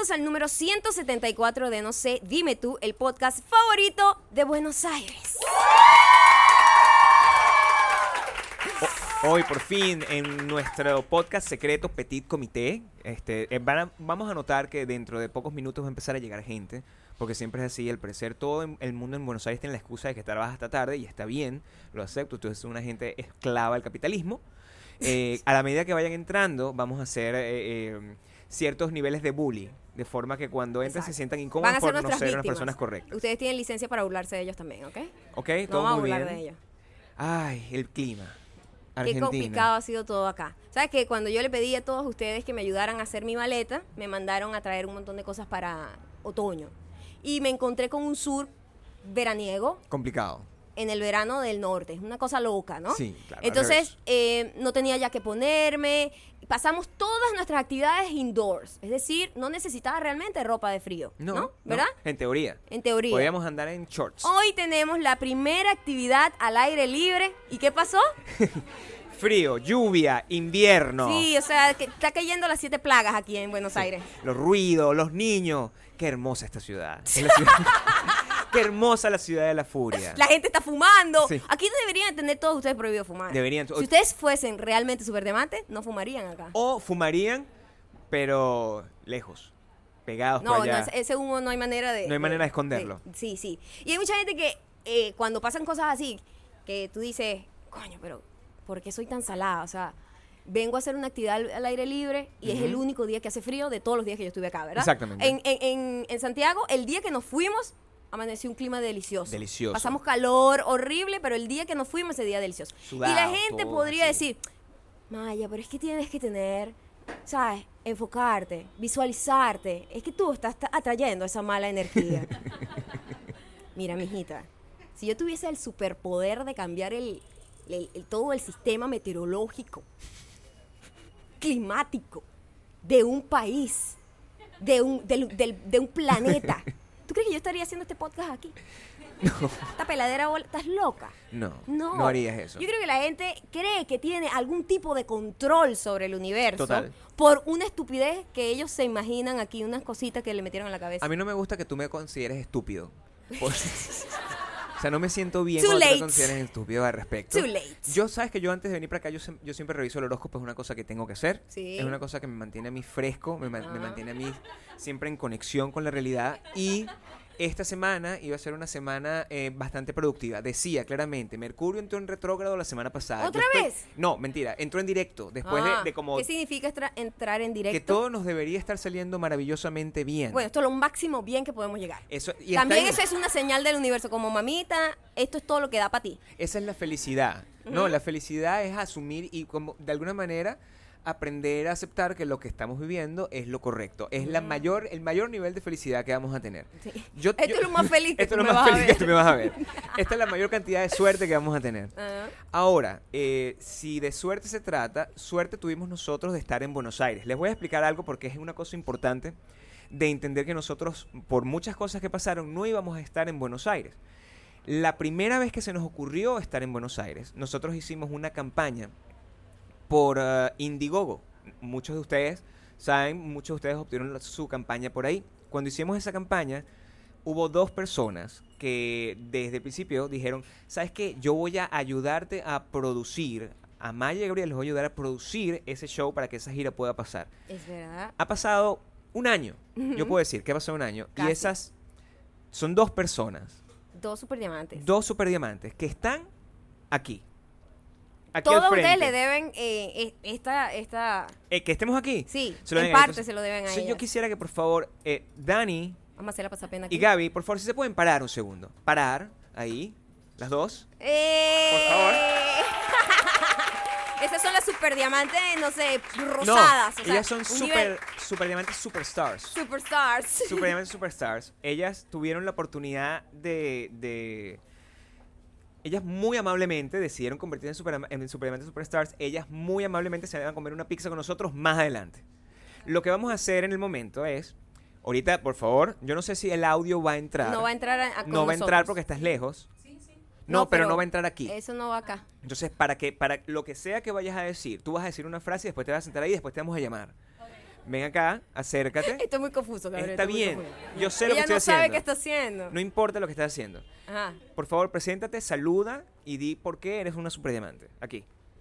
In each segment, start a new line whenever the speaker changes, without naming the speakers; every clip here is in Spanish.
bienvenidos al número 174 de No sé, dime tú, el podcast favorito de Buenos Aires.
Hoy, por fin, en nuestro podcast secreto Petit Comité, vamos a notar que dentro de pocos minutos va a empezar a llegar gente, porque siempre es así, al parecer todo el mundo en Buenos Aires tiene la excusa de que trabaja hasta tarde, y está bien, lo acepto, tú eres una gente esclava del capitalismo. A la medida que vayan entrando, vamos a hacer ciertos niveles de bullying, de forma que cuando entren se sientan incómodos por no ser unas personas correctas.
Ustedes tienen licencia para burlarse de ellos también, ¿ok?
Ok,
no
todo
vamos
muy
a burlar
bien.
de ellos.
Ay, el clima. Argentina.
Qué complicado ha sido todo acá. ¿Sabes que cuando yo le pedí a todos ustedes que me ayudaran a hacer mi maleta, me mandaron a traer un montón de cosas para otoño? Y me encontré con un sur veraniego.
Complicado.
En el verano del norte. Es una cosa loca, ¿no?
Sí, claro.
Entonces, no tenía ya que ponerme. Pasamos todas nuestras actividades indoors. Es decir, no necesitaba realmente ropa de frío. ¿No? ¿Verdad?
En teoría.
En teoría.
Podíamos andar en shorts.
Hoy tenemos la primera actividad al aire libre. ¿Y qué pasó?
Frío, lluvia, invierno.
Sí, o sea, que está cayendo las 7 plagas aquí en Buenos Aires.
Los ruidos, los niños. Qué hermosa esta ciudad. Es la ciudad. Qué hermosa la ciudad de la furia.
La gente está fumando.
Sí.
Aquí deberían tener todos ustedes prohibido fumar.
Deberían.
Si ustedes fuesen realmente superdemantes, no fumarían acá.
O fumarían, pero lejos. Pegados
No,
por allá.
no, ese humo no hay manera de...
No hay manera de esconderlo.
Sí, sí. Y hay mucha gente que cuando pasan cosas así, que tú dices, coño, pero ¿por qué soy tan salada? O sea, vengo a hacer una actividad al aire libre y es el único día que hace frío de todos los días que yo estuve acá, ¿verdad?
Exactamente.
En Santiago, el día que nos fuimos, amaneció un clima delicioso.
Delicioso.
Pasamos calor horrible, pero el día que nos fuimos, ese día delicioso.
Sudado,
y la gente
todo,
podría
sí.
decir, Maya, pero es que tienes que tener, ¿sabes? Enfocarte, visualizarte. Es que tú estás atrayendo esa mala energía. Mira, mijita, si yo tuviese el superpoder de cambiar todo el sistema meteorológico, climático, de un país, de un planeta, ¿tú crees que yo estaría haciendo este podcast aquí?
No.
Esta peladera bola, ¿estás loca?
No harías eso.
Yo creo que la gente cree que tiene algún tipo de control sobre el universo.
Total.
Por una estupidez que ellos se imaginan aquí, unas cositas que le metieron en la cabeza.
A mí no me gusta que tú me consideres estúpido. O sea, no me siento bien
Too
cuando tú
late.
me consideres estúpido al respecto.
Too late.
Yo, sabes que yo antes de venir para acá, yo siempre reviso el horóscopo, es una cosa que tengo que hacer.
Sí.
Es una cosa que me mantiene a mí fresco, me mantiene a mí siempre en conexión con la realidad. Y esta semana iba a ser una semana bastante productiva. Decía claramente, Mercurio entró en retrógrado la semana pasada.
¿Otra vez?
No, mentira, entró en directo. Después de como
¿Qué significa entrar en directo?
que todo nos debería estar saliendo maravillosamente bien.
Bueno, esto es lo máximo bien que podemos llegar.
Eso, y
También
está
eso es una señal del universo, como mamita, esto es todo lo que da para ti.
Esa es la felicidad. No, la felicidad es asumir y como de alguna manera aprender a aceptar que lo que estamos viviendo es lo correcto. Es el mayor nivel de felicidad que vamos a tener.
Sí. Esto es lo más feliz que
esto
tú
es lo
me
más
vas a
feliz
ver.
que tú me vas a ver. Esta es la mayor cantidad de suerte que vamos a tener.
Ajá.
Ahora, si de suerte se trata, suerte tuvimos nosotros de estar en Buenos Aires. Les voy a explicar algo porque es una cosa importante de entender que nosotros, por muchas cosas que pasaron, no íbamos a estar en Buenos Aires. La primera vez que se nos ocurrió estar en Buenos Aires, nosotros hicimos una campaña por Indiegogo. Muchos de ustedes saben, muchos de ustedes obtuvieron su campaña por ahí. Cuando hicimos esa campaña, hubo 2 personas que desde el principio dijeron, ¿sabes qué? Yo voy a ayudarte a producir, a Maya y Gabriel les voy a ayudar a producir ese show para que esa gira pueda pasar.
Es verdad.
Ha pasado un año, yo puedo decir que ha pasado un año,
Casi.
y esas son 2 personas,
2 superdiamantes.
2 superdiamantes que están aquí. Aquí al
Todos
frente.
ustedes le deben esta
Que estemos aquí.
sí,
Se lo
en
deben
parte
entonces,
se lo deben a
sí,
ella.
yo quisiera que por favor, Dani
Vamos a hacer la pasapena aquí.
y Gaby, por favor, si se pueden parar un segundo. Parar, ahí, las 2.
Por
favor.
Esas son las superdiamantes, no sé,
No,
rosadas. o sea,
ellas son
un nivel-
superdiamantes superstars.
superstars.
Superdiamantes superstars. Ellas tuvieron la oportunidad de ellas muy amablemente decidieron convertirse en superdiamantes superstars. Ellas muy amablemente se van a comer una pizza con nosotros más adelante. Lo que vamos a hacer en el momento es, ahorita, por favor, yo no sé si el audio va a entrar.
No va a entrar con
No va a entrar
nosotros.
porque estás lejos. No, pero no va a entrar aquí.
Eso no va acá.
Entonces, para lo que sea que vayas a decir, tú vas a decir una frase y después te vas a sentar ahí y después te vamos a llamar. Ven acá, acércate.
Estoy muy confuso, Gabriel.
Está
estoy muy
bien.
confuso.
Yo sé lo que
Ella
estoy
no
haciendo.
sabe qué está haciendo.
No importa lo que estás haciendo.
Ajá.
Por favor, preséntate, saluda y di por qué eres una superdiamante. Aquí.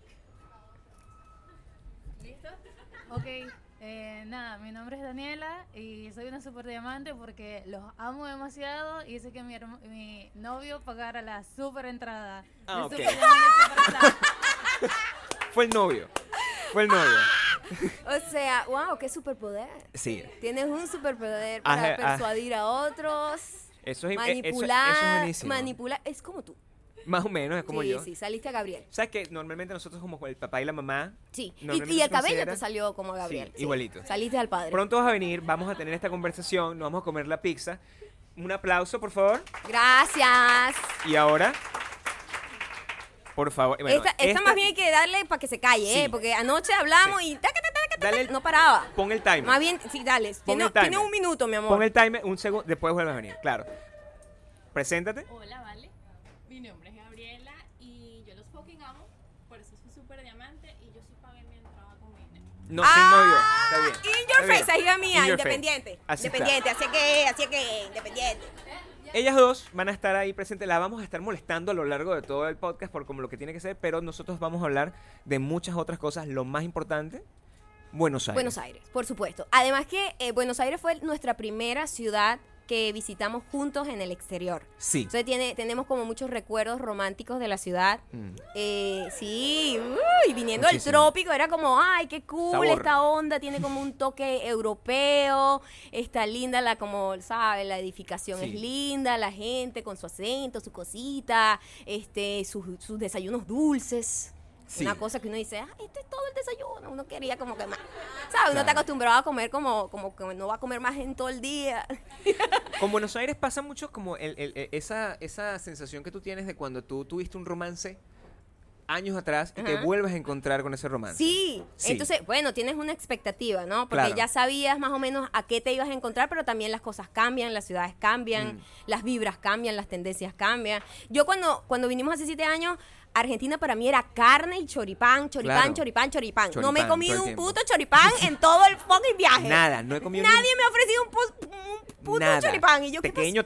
¿Listo? Ok, nada, mi nombre es Daniela y soy una super diamante porque los amo demasiado y hice que mi novio pagara la super entrada.
Ah,
de
ok.
Super Diamante Superstar.
Fue el novio. Fue el novio.
O sea, wow, qué superpoder.
Sí.
Tienes un superpoder para
Ajá,
persuadir a otros,
Eso es
manipular,
buenísimo.
manipular. Es como tú.
Más o menos, es como
sí,
yo.
sí, saliste a Gabriel.
¿Sabes que normalmente nosotros como el papá y la mamá?
Sí,
normalmente
y el
se
cabello
considera-
te salió como a Gabriel.
Sí, igualito.
Saliste al padre.
Pronto vas a venir, vamos a tener esta conversación, nos vamos a comer la pizza. Un aplauso, por favor.
Gracias.
Y ahora, por favor. Bueno,
esta más bien hay que darle para que se calle,
Sí.
porque anoche hablamos
Sí.
y taca, taca, taca, taca,
Dale el-
no paraba.
Pon el timer.
Más bien, sí, dale.
Pon
Tiene,
el timer.
tiene un minuto, mi amor.
Pon el timer, un segundo, después vuelves a venir, claro. Preséntate.
Hola, vale. Mi nombre es Gabriela y yo los fucking amo. Por eso soy súper diamante y yo sí pagué mi entrada con mi dinero.
No, sin novio. Está bien.
In your
Está bien.
face, amiga mía,
In your face.
independiente.
Así está.
Independiente, así que, independiente.
Ellas dos van a estar ahí presentes, la vamos a estar molestando a lo largo de todo el podcast por como lo que tiene que ser, pero nosotros vamos a hablar de muchas otras cosas. Lo más importante, Buenos Aires.
Buenos Aires, por supuesto. Además que Buenos Aires fue nuestra primera ciudad que visitamos juntos en el exterior.
Sí.
Entonces tenemos como muchos recuerdos románticos de la ciudad.
Mm.
Sí, y viniendo
Muchísimo.
del trópico era como, ay, qué cool
Sabor.
esta onda, tiene como un toque europeo, está linda la, como, ¿sabes? La edificación
Sí.
es linda, la gente con su acento, su cosita, sus desayunos dulces.
Sí.
Una cosa que uno dice, ah, este es todo el desayuno. Uno quería como que más. ¿Sabes? Uno
Claro.
está acostumbrado a comer como que no va a comer más en todo el día.
Con Buenos Aires pasa mucho como esa sensación que tú tienes de cuando tú tuviste un romance años atrás y te
Ajá.
vuelves a encontrar con ese romance.
Sí.
Sí.
Entonces, bueno, tienes una expectativa, ¿no? Porque
Claro.
ya sabías más o menos a qué te ibas a encontrar, pero también las cosas cambian, las ciudades cambian,
Mm.
las vibras cambian, las tendencias cambian. Yo cuando vinimos hace 7 años, Argentina para mí era carne y choripán, choripán,
Claro.
choripán, choripán. No me he
Choripán,
comido
todo el
un
tiempo.
puto choripán en todo el fucking viaje.
Nada, no he comido ni
Nadie me ha ofrecido un puto
nada.
choripán. Y yo,
Pequeño.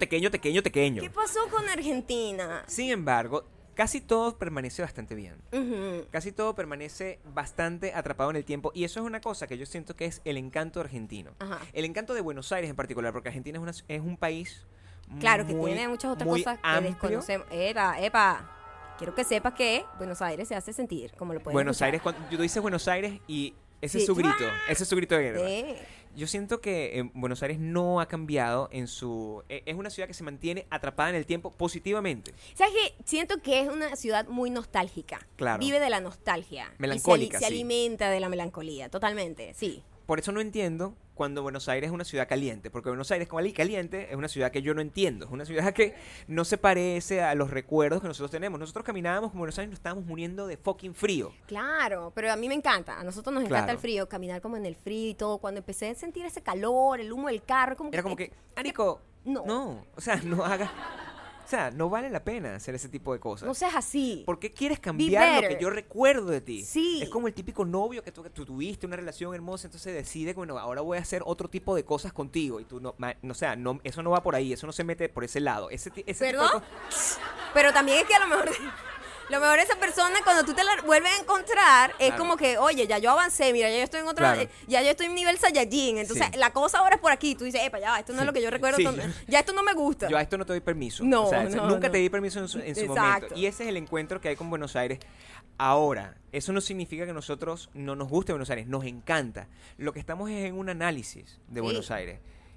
¿qué pasó con Argentina?
Sin embargo, casi todo permanece bastante bien.
Ujú.
Casi todo permanece bastante atrapado en el tiempo. Y eso es una cosa que yo siento que es el encanto argentino.
Ajá.
El encanto de Buenos Aires en particular, porque Argentina es un país
Claro, que
muy-
tiene muchas otras
muy
cosas que
amplio.
desconocemos. Epa. Quiero que sepas que Buenos Aires se hace sentir, como lo puedes
Buenos
escuchar.
Aires, cuando tú dices Buenos Aires y ese
Sí.
es su grito, ese es su grito de guerra.
Sí.
Yo siento que Buenos Aires no ha cambiado en su... es una ciudad que se mantiene atrapada en el tiempo positivamente.
¿Sabes qué? Siento que es una ciudad muy nostálgica.
Claro.
Vive de la nostalgia.
Melancólica,
Se
sí.
alimenta de la melancolía, totalmente, sí.
Por eso no entiendo cuando Buenos Aires es una ciudad caliente, porque Buenos Aires, como caliente, es una ciudad que yo no entiendo. Es una ciudad que no se parece a los recuerdos que nosotros tenemos. Nosotros caminábamos como Buenos Aires y nos estábamos muriendo de fucking frío.
Claro, pero a mí me encanta. A nosotros nos encanta
Claro.
el frío, caminar como en el frío y todo. Cuando empecé a sentir ese calor, el humo del carro, como
Era como que, Arico,
No.
o sea, no hagas... O sea, no vale la pena hacer ese tipo de cosas.
no seas así.
¿Por qué quieres cambiar lo
better.
que yo recuerdo de ti?
Sí.
Es como el típico novio que tú tuviste una relación hermosa, entonces decide, bueno, ahora voy a hacer otro tipo de cosas contigo. Y tú o sea, no, eso no va por ahí, eso no se mete por ese lado. Ese tipo de
¿Perdón?
cosas-
Pero también es que a lo mejor esa persona cuando tú te la vuelves a encontrar es
Claro.
como que, oye, ya yo avancé, mira, ya yo estoy en otro,
Claro.
ya yo estoy en nivel Saiyajin, entonces
Sí.
la cosa ahora es por aquí, tú dices, epa, ya, esto no es lo que yo recuerdo,
Sí.
ya esto no me gusta.
Yo a esto no te doy permiso.
No,
O sea,
no,
nunca
no.
te di permiso en su
Exacto.
momento. Y ese es el encuentro que hay con Buenos Aires. Ahora, eso no significa que nosotros no nos guste Buenos Aires, nos encanta. Lo que estamos es en un análisis de
Sí.
Buenos Aires.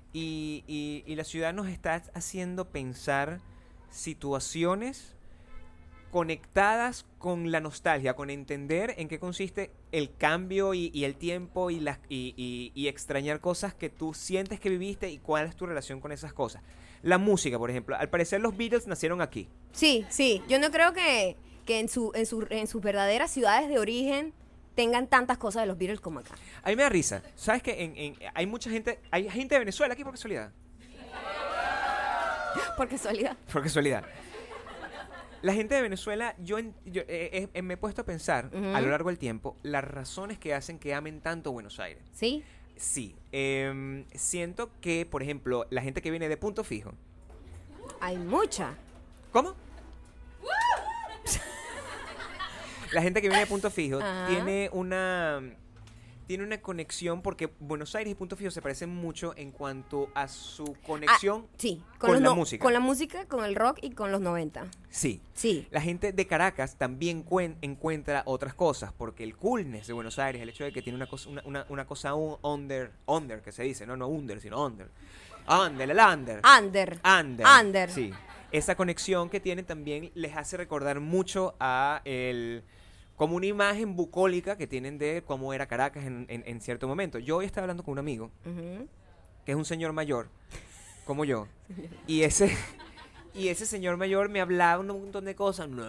Y la ciudad nos está haciendo pensar situaciones conectadas con la nostalgia, con entender en qué consiste el cambio y el tiempo y extrañar cosas que tú sientes que viviste y cuál es tu relación con esas cosas. La música, por ejemplo. Al parecer los Beatles nacieron aquí.
Sí, yo no creo que en sus verdaderas ciudades de origen tengan tantas cosas de los Beatles como acá.
A mí me da risa. ¿Sabes que hay mucha gente, hay gente de Venezuela aquí por casualidad?
Por casualidad.
Por casualidad. La gente de Venezuela, me he puesto a pensar
Ujú.
a lo largo del tiempo las razones que hacen que amen tanto Buenos Aires.
¿Sí?
Sí. Siento que, por ejemplo, la gente que viene de Punto Fijo.
Hay mucha.
¿Cómo? La gente que viene de Punto Fijo
Ajá.
tiene una conexión porque Buenos Aires y Punto Fijo se parecen mucho en cuanto a su conexión
Sí,
con
los
la música.
Con la música, con el rock y con los 90.
Sí.
Sí.
La gente de Caracas también encuentra otras cosas, porque el coolness de Buenos Aires, el hecho de que tiene una cosa under, que se dice, no under, sino under. El under.
Under.
Sí. Esa conexión que tienen también les hace recordar mucho a como una imagen bucólica que tienen de cómo era Caracas en cierto momento. Yo hoy estaba hablando con un amigo,
Ujú.
que es un señor mayor, como yo, y ese señor mayor me hablaba un montón de cosas. No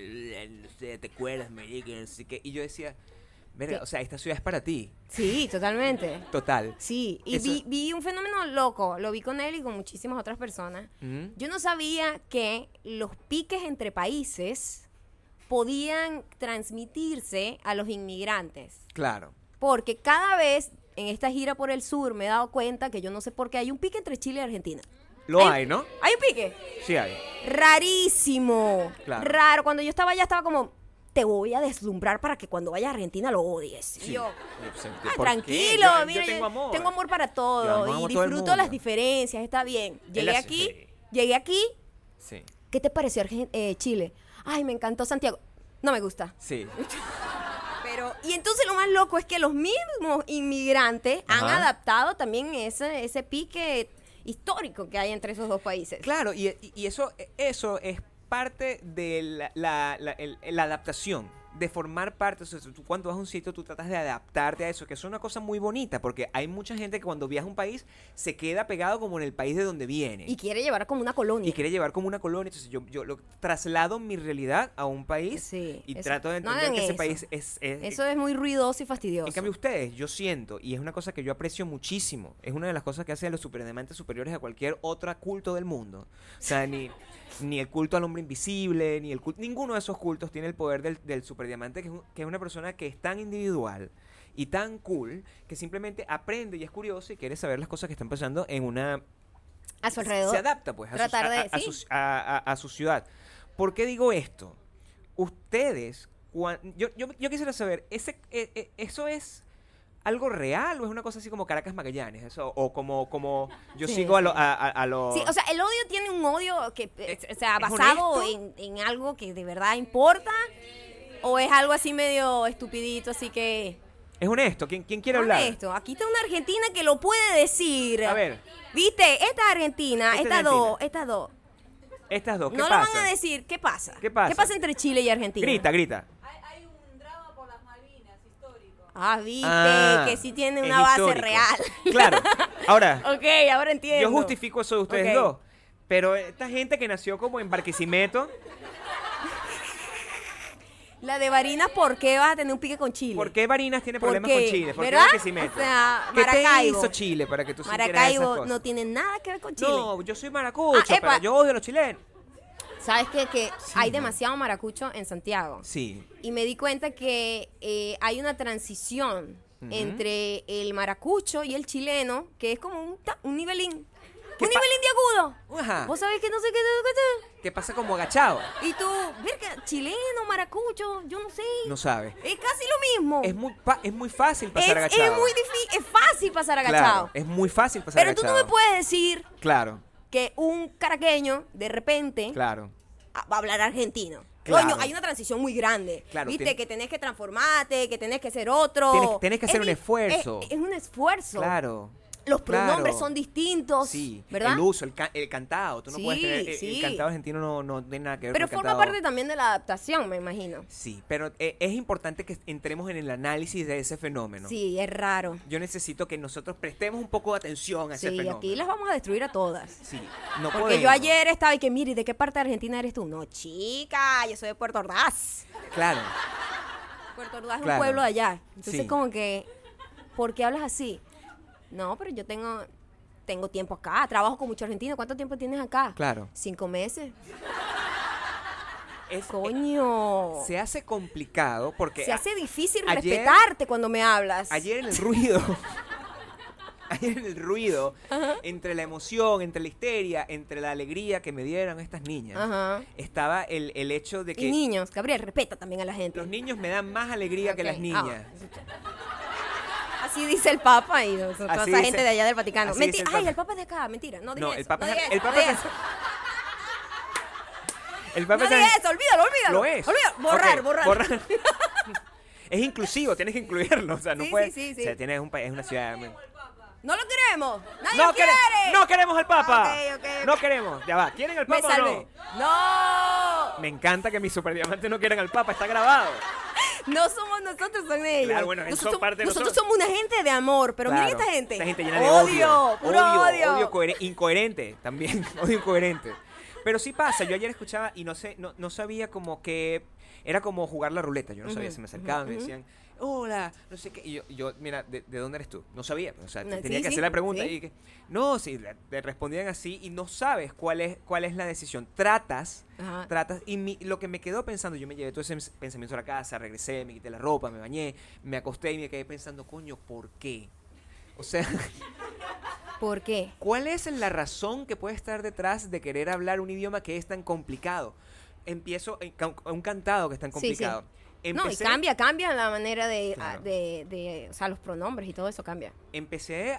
sé, te acuerdas, marica, no sé qué. Y yo decía, verga,
¿Qué?
o sea, esta ciudad es para ti.
Sí, totalmente.
Total.
Sí, y
Eso-
vi un fenómeno loco, lo vi con él y con muchísimas otras personas.
Ujú.
Yo no sabía que los piques entre países podían transmitirse a los inmigrantes,
Claro.
porque cada vez en esta gira por el sur me he dado cuenta que yo no sé por qué hay un pique entre Chile y Argentina.
Lo hay, ¿no?
¿Hay un pique?
Sí hay.
Rarísimo.
Claro.
Raro. Cuando yo estaba allá estaba como, te voy a deslumbrar para que cuando vayas a Argentina lo odies. Y yo,
¿Por qué?
tranquilo,
Yo
mira,
tengo amor.
para
Yo
todo
amo
y
a todo el
disfruto las
mundo.
diferencias, está bien. Llegué
Sí.
aquí,
Sí.
¿qué te pareció Chile? Ay, me encantó Santiago. No me gusta.
Sí.
Pero, y entonces lo más loco es que los mismos inmigrantes han
Ajá.
adaptado también ese pique histórico que hay entre esos dos países.
Claro, y eso es parte de la adaptación, de formar parte. O sea, tú cuando vas a un sitio, tú tratas de adaptarte a eso, que es una cosa muy bonita, porque hay mucha gente que cuando viaja a un país se queda pegado como en el país de donde viene.
Y quiere llevar como una colonia.
Y quiere llevar como una colonia. Entonces yo lo traslado mi realidad a un país
Sí,
y
eso-
trato de
no
entender
hagan
que ese
eso.
país es
Eso es muy ruidoso y fastidioso.
en cambio ustedes, yo siento, y es una cosa que yo aprecio muchísimo, es una de las cosas que hace a los superdiamantes superiores a cualquier otro culto del mundo. O sea, ni el culto al hombre invisible, ni el culto, ninguno de esos cultos tiene el poder del superdiamante, que es una persona que es tan individual y tan cool, que simplemente aprende y es curioso y quiere saber las cosas que están pasando en una...
a su alrededor.
Se adapta, pues,
Tratar de- sí.
a su ciudad. ¿Por qué digo esto? Ustedes, yo quisiera saber, ¿eso es algo real o es una cosa así como Caracas Magallanes? Eso, o como yo
Sí,
sigo
sí.
a los...
Sí, o sea, el odio tiene un odio que, o sea,
¿es
basado
honesto?
en algo que de verdad importa, o es algo así medio estupidito, así que...
es honesto. ¿Quién quiere hablar?
Honesto, aquí está una argentina que lo puede decir.
A ver.
¿Viste? Esta argentina,
Esta
estas dos,
Estas dos, ¿qué
no
pasa?
lo van a decir. ¿Qué pasa?
¿Qué pasa?
¿Qué pasa entre Chile y Argentina?
Grita.
Hay un drama por las Malvinas histórico.
Ah, viste,
Ah,
que sí tiene
es
una base
histórico.
real.
Claro. Ahora,
Ok, ahora entiendo.
yo justifico eso de ustedes
Ok.
dos. Pero esta gente que nació como en Barquisimeto,
La de Barinas, ¿por qué vas a tener un pique con Chile?
¿por qué Barinas tiene
¿Por
problemas
qué?
con Chile? ¿Por qué
¿Verdad?
Barquisimeto?
O sea,
¿Qué te
Maracaibo.
hizo Chile para que tú sintieras esas
Maracaibo
cosas?
no tiene nada que ver con Chile.
No, yo soy maracucho,
Ah, epa.
pero yo odio a los chilenos.
¿Sabes qué? Que hay
no.
demasiado maracucho en Santiago.
Sí.
Y me di cuenta que hay una transición
Ujú.
entre el maracucho y el chileno, que es como un nivelín.
¿Qué
Un
pa-
nivelín de agudo.
Ajá.
Vos sabés que no sé qué.
¿Qué pasa como agachado?
Y tú, verga, chileno, maracucho, yo no sé.
No sabes.
Es casi lo mismo.
Es muy fácil pasar
es
agachado.
muy difícil, es fácil pasar agachado.
Claro, es muy fácil pasar
Pero tú
agachado.
no me puedes decir
Claro,
que un caraqueño, de repente,
claro.
va a hablar argentino.
Claro.
Coño, hay una transición muy grande.
Claro,
Viste,
tiene-
que tenés que transformarte, que tenés que ser otro.
Tenés que hacer un esfuerzo.
Es un esfuerzo.
Claro.
Los pronombres
Claro.
son distintos.
Sí,
¿verdad?
el uso, el cantado. Tú no
Sí,
puedes tener... El
sí.
cantado argentino no tiene nada que ver
Pero
con el
forma
cantado...
parte también de la adaptación, me imagino.
Sí, pero es importante que entremos en el análisis de ese fenómeno.
Sí, es raro.
Yo necesito que nosotros prestemos un poco de atención a ese
Sí,
fenómeno.
aquí las vamos a destruir a todas.
Sí, no
Porque
podemos.
yo ayer estaba y que, mire, ¿de qué parte de Argentina eres tú? No, chica, yo soy de Puerto Ordaz.
Claro.
Puerto Ordaz es
Claro.
un pueblo de allá. Entonces,
Sí.
como que, ¿por qué hablas así? No, pero yo tengo tiempo acá, trabajo con mucho argentino. ¿Cuánto tiempo tienes acá?
Claro.
5 meses.
Es-
Coño.
se hace complicado porque...
Se hace difícil
ayer-
respetarte cuando me hablas.
Ayer en el ruido... ayer en el ruido, entre la emoción, entre la histeria, entre la alegría que me dieron estas niñas,
Ajá.
estaba el hecho de que
Y niños, Gabriel, respeta también a la gente.
los niños me dan más alegría que
Ok.
las niñas.
Así dice el Papa y toda
Así
esa
dice-
gente de allá del Vaticano.
así
Ay,
dice el Papa.
el Papa es de acá, mentira. No digas
No,
eso,
el Papa
no
es-
digas
el
eso,
Papa
no digas
es-
eso.
El Papa
No
es-
digas eso, olvídalo.
Lo es.
Olvídalo. Borrar.
Ok, Es inclusivo, tienes que incluirlo. O sea, no
Sí,
puedes.
sí.
O sea, tienes un país, es una ciudad.
No lo queremos. Nadie
No,
lo quiere.
no queremos al Papa.
Ok.
No queremos. Ya va. ¿Quieren al
Me
Papa o
salvé.
no?
No.
Me encanta que mis superdiamantes no quieran al Papa. Está grabado.
No somos nosotros, son ellos.
Claro, bueno, ellos son parte de
nosotros
nosotros.
somos una gente de amor, pero miren
Claro.
esta gente.
Esta gente llena de odio.
Puro odio.
Incoherente también. Odio incoherente. Pero sí pasa. Yo ayer escuchaba y no sabía como que era como jugar la ruleta. Yo no sabía. Se me acercaban, me decían, hola, no sé qué. Y yo mira, ¿de dónde eres tú? No sabía. O sea,
No,
tenía
sí,
que
sí,
hacer la pregunta.
sí.
Y que, no, sí, te respondían así y no sabes cuál es la decisión. Tratas.
Ajá.
Y lo que me quedó pensando, yo me llevé todo ese pensamiento a la casa, regresé, me quité la ropa, me bañé, me acosté y me quedé pensando, coño, ¿por qué? O sea,
¿Por qué?
¿cuál es la razón que puede estar detrás de querer hablar un idioma que es tan complicado? Empiezo un cantado que es tan
Sí, sí.
complicado.
No, y
Empecé-
cambia la manera
Claro.
o sea, los pronombres y todo eso cambia.
Empecé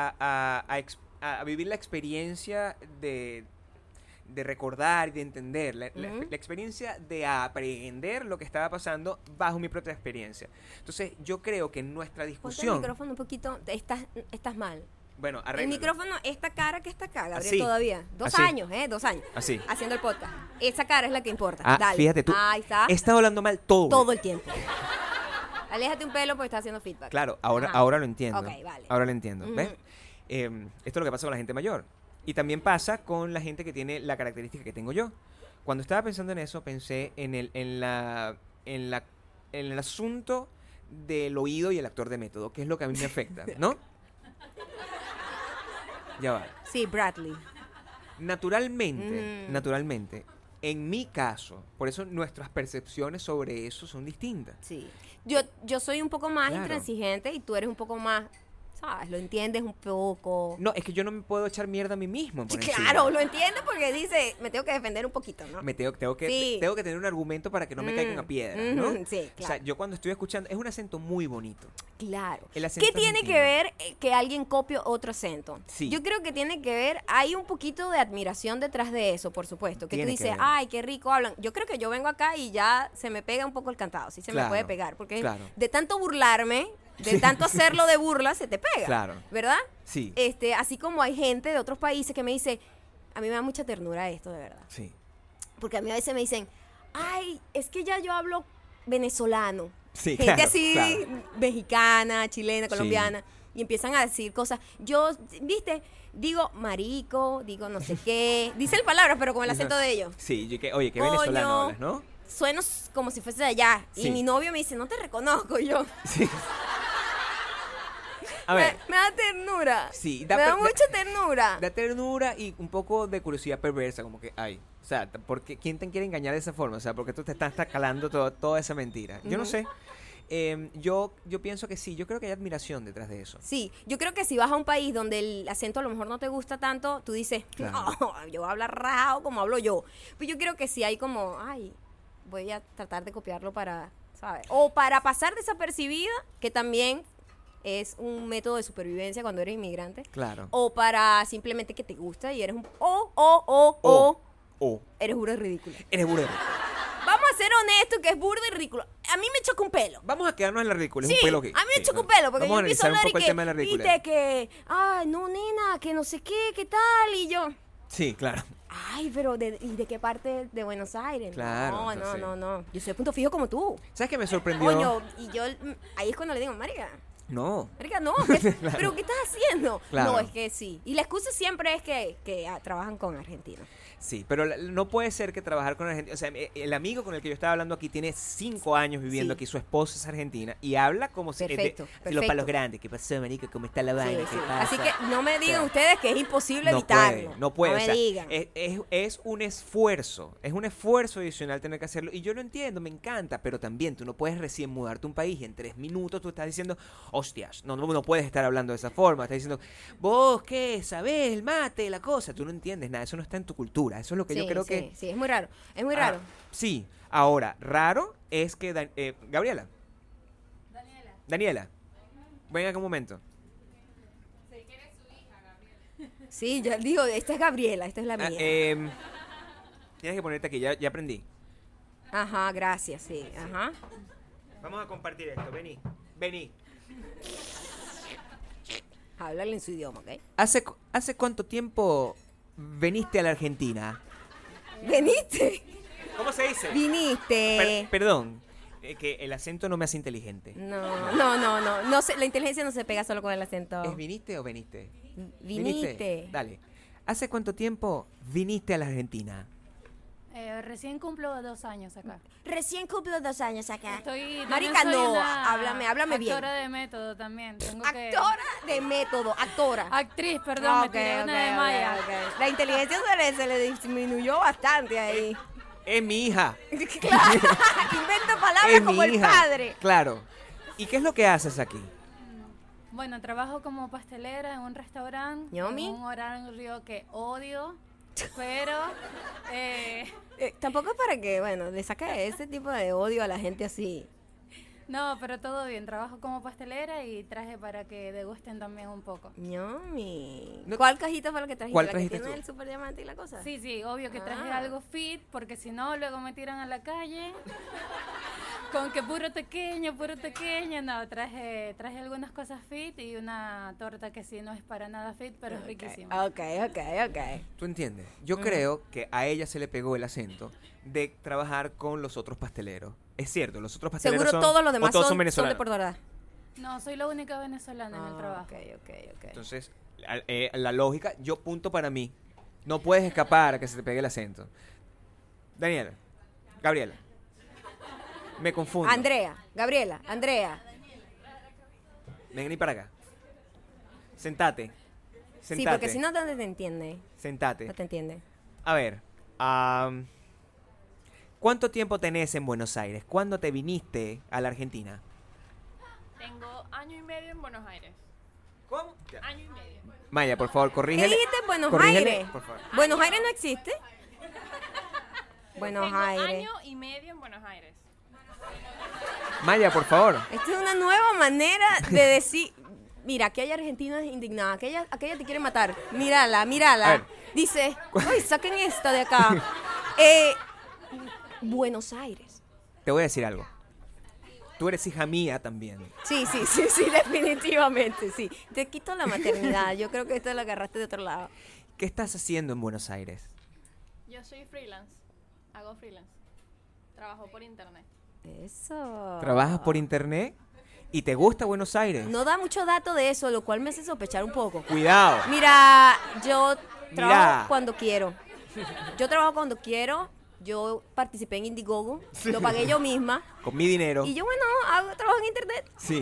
a vivir la experiencia de recordar y de entender, la
Ujú.
experiencia de aprender lo que estaba pasando bajo mi propia experiencia. Entonces, yo creo que en nuestra
Ponte el
discusión...
micrófono un poquito, estás mal.
Bueno,
El
arréglalo.
micrófono, esta cara que está acá, Gabriel,
Así.
todavía. 2
Así.
años, 2 años.
Así.
Haciendo el podcast. Esa cara es la que importa.
Ah,
Dale.
fíjate tú.
Ahí está.
He estado hablando mal todo.
El tiempo. Aléjate un pelo porque estás haciendo feedback.
Claro,
Ajá.
ahora lo entiendo.
Ok, vale.
Ahora lo entiendo.
Ujú.
¿Ves? Esto es lo que pasa con la gente mayor. Y también pasa con la gente que tiene la característica que tengo yo. Cuando estaba pensando en eso, pensé en el asunto del oído y el actor de método, que es lo que a mí me afecta, ¿no? Ya va.
Sí, Bradley.
Naturalmente, en mi caso, por eso nuestras percepciones sobre eso son distintas.
Sí. Yo soy un poco más
Claro.
intransigente y tú eres un poco más, ¿sabes? Lo entiendes un poco.
No, es que yo no me puedo echar mierda a mí mismo.
Sí,
por encima.
claro, lo entiendes porque dice, me tengo que defender un poquito, ¿no?
Tengo que
Sí.
tener un argumento para que no me caigan a piedra, ¿no?
Sí,
O sea,
claro.
yo cuando estoy escuchando, es un acento muy bonito.
Claro.
El acento
¿Qué tiene
argentino.
que ver que alguien copie otro acento?
Sí.
Yo creo que tiene que ver, hay un poquito de admiración detrás de eso, por supuesto. Que
Tiene
tú
que
dices,
ver.
ay, qué rico hablan. Yo creo que yo vengo acá y ya se me pega un poco el cantado, sí se me
Claro,
puede pegar. Porque
claro.
de tanto burlarme, de tanto hacerlo de burla, se te pega.
Claro.
¿Verdad?
Sí.
Así como hay gente de otros países que me dice, a mí me da mucha ternura esto, de verdad.
Sí.
Porque a mí a veces me dicen, ay, es que ya yo hablo venezolano.
Sí,
Gente
claro,
así,
claro.
mexicana, chilena,
Sí.
colombiana. Y empiezan a decir cosas. Yo, viste, digo marico, digo no sé qué. Dicen palabras, pero con el acento de ellos.
Sí, oye, qué
Coño.
venezolano hablas, ¿no?
Sueno como si fuese de allá.
Sí.
Y mi novio me dice, no te reconozco. Y yo,
Sí. A ver,
me da ternura.
Sí,
me da mucha ternura.
da ternura y un poco de curiosidad perversa, como que, ay, o sea, porque ¿quién te quiere engañar de esa forma? O sea, porque tú te estás calando toda esa mentira. Yo no sé. Yo pienso que sí, yo creo que hay admiración detrás de eso.
Sí, yo creo que si vas a un país donde el acento a lo mejor no te gusta tanto, tú dices,
Claro.
no, yo voy a hablar rajado como hablo yo. Pues yo creo que sí hay como, ay, voy a tratar de copiarlo para, ¿sabes? O para pasar desapercibida, que también es un método de supervivencia cuando eres inmigrante.
Claro.
O para simplemente que te gusta y eres un, o eres burda y ridículo.
Eres burero.
Vamos a ser honestos que es burda y ridículo. A mí me choca un pelo.
Vamos a quedarnos en la ridícula,
Sí,
es un pelo que...
a mí me
sí,
choca un pelo, porque
vamos
yo
a
empiezo a
analizar un
hablar
poco el tema de la ridícula.
viste que, ay, no, nena, que no sé qué tal, y yo,
Sí, claro.
ay, pero ¿y de qué parte de Buenos Aires?
Claro,
No,
entonces-
no, yo soy punto fijo como tú.
¿Sabes qué me sorprendió?
Coño, y yo, ahí es cuando le digo, marica,
No.
no, pero ¿qué estás haciendo?
Claro.
No, es que sí. Y la excusa siempre es que trabajan con argentinos.
Sí, pero no puede ser que trabajar con argentinos. O sea, el amigo con el que yo estaba hablando aquí tiene 5 años viviendo
Sí.
aquí. Su esposa es argentina y habla como si
Perfecto,
si los
perfecto.
palos grandes. ¿Qué pasó, marica? ¿Cómo está la vaina?
Sí,
¿Qué
sí.
pasa?
Así que no me digan
O sea,
ustedes que es imposible
no
evitarlo.
puede, no puede.
No
o
me
sea,
digan.
es un esfuerzo. Es un esfuerzo adicional tener que hacerlo. Y yo lo entiendo, me encanta. Pero también tú no puedes recién mudarte a un país y en 3 minutos tú estás diciendo, hostias, no puedes estar hablando de esa forma. Estás diciendo, vos, ¿qué? ¿Sabés? El mate, la cosa. Tú no entiendes nada. Eso no está en tu cultura. Eso es lo que yo creo que...
Sí, es muy raro. Es muy raro.
Sí. Ahora, raro es que... Gabriela. Daniela. Ven acá un momento.
Sí, yo digo, esta es Gabriela, esta es la mía.
Tienes que ponerte aquí, ya aprendí.
Ajá, gracias, sí. Ajá.
Vamos a compartir esto, vení.
Háblale en su idioma, ¿ok?
¿Hace cuánto tiempo veniste a la Argentina?
¿Veniste?
¿Cómo se dice?
Viniste.
Perdón, que el acento no me hace inteligente.
No sé, la inteligencia no se pega solo con el acento.
¿Es viniste o veniste?
Viniste.
Dale. ¿Hace cuánto tiempo viniste a la Argentina?
Recién cumplo 2 años acá.
Recién cumplo 2 años acá.
También
Marica,
soy
no,
una
háblame bien.
Actora de método también.
Actora de método, actora.
Actriz, perdón, me tiré una de Maya.
Ok. La inteligencia se le disminuyó bastante ahí.
Es mi hija.
Claro, inventa palabras
Es
como
mi
el
hija.
padre.
Claro. ¿Y qué es lo que haces aquí?
Bueno, trabajo como pastelera en un restaurante.
Yummy.
En un horario que odio, pero...
Tampoco es para que, bueno, le saque ese tipo de odio a la gente así.
no, pero todo bien. Trabajo como pastelera y traje para que degusten también un poco.
Ñomi.
No-
¿Cuál cajita fue la que trajiste?
¿Cuál
¿La que
trajiste
tiene
tú?
el super diamante y la cosa?
Sí, sí, obvio que traje
Ah.
algo fit, porque si no, luego me tiran a la calle. Con que puro pequeño. No, traje algunas cosas fit y una torta que sí no es para nada fit, pero es riquísima.
Ok.
¿Tú entiendes? Yo creo que a ella se le pegó el acento de trabajar con los otros pasteleros. Es cierto, los otros pasteleros
Seguro todos los
o
demás
todos
son de
venezolanos.
Puerto Ordaz.
No, soy la única venezolana en el trabajo.
Ok.
Entonces, la lógica, yo punto para mí. No puedes escapar a que se te pegue el acento. Gabriela. Me confundo.
Gabriela, Andrea.
Ven para acá. Sentate.
Sí, porque si no, ¿dónde te entiende?
Sentate.
No te entiende.
A ver, ¿cuánto tiempo tenés en Buenos Aires? ¿Cuándo te viniste a la Argentina?
Tengo año y medio en Buenos Aires.
¿Cómo?
Año y medio.
Maya, por favor,
¿Qué
corrígele.
dijiste en Buenos
corrígele,
Aires?
por favor.
¿Buenos Aires no existe? Buenos
Tengo
Aires.
año y medio en Buenos Aires.
Maya, por favor.
Esta es una nueva manera de decir. Mira, aquí hay argentinas indignadas. Aquella te quiere matar. Mírala.
A ver.
Dice, uy, saquen esta de acá. Buenos Aires.
Te voy a decir algo. Tú eres hija mía también.
Sí, definitivamente, sí. Te quito la maternidad. Yo creo que esto lo agarraste de otro lado.
¿Qué estás haciendo en Buenos Aires?
Yo soy freelance. Hago freelance. Trabajo por internet.
Eso.
¿Trabajas por internet? ¿Y te gusta Buenos Aires?
No da mucho dato de eso, lo cual me hace sospechar un poco.
Cuidado.
Mira, yo
Mira.
trabajo cuando quiero. Yo participé en Indiegogo, lo pagué yo misma.
Con mi dinero.
Y yo, bueno, trabajo en internet.
Sí.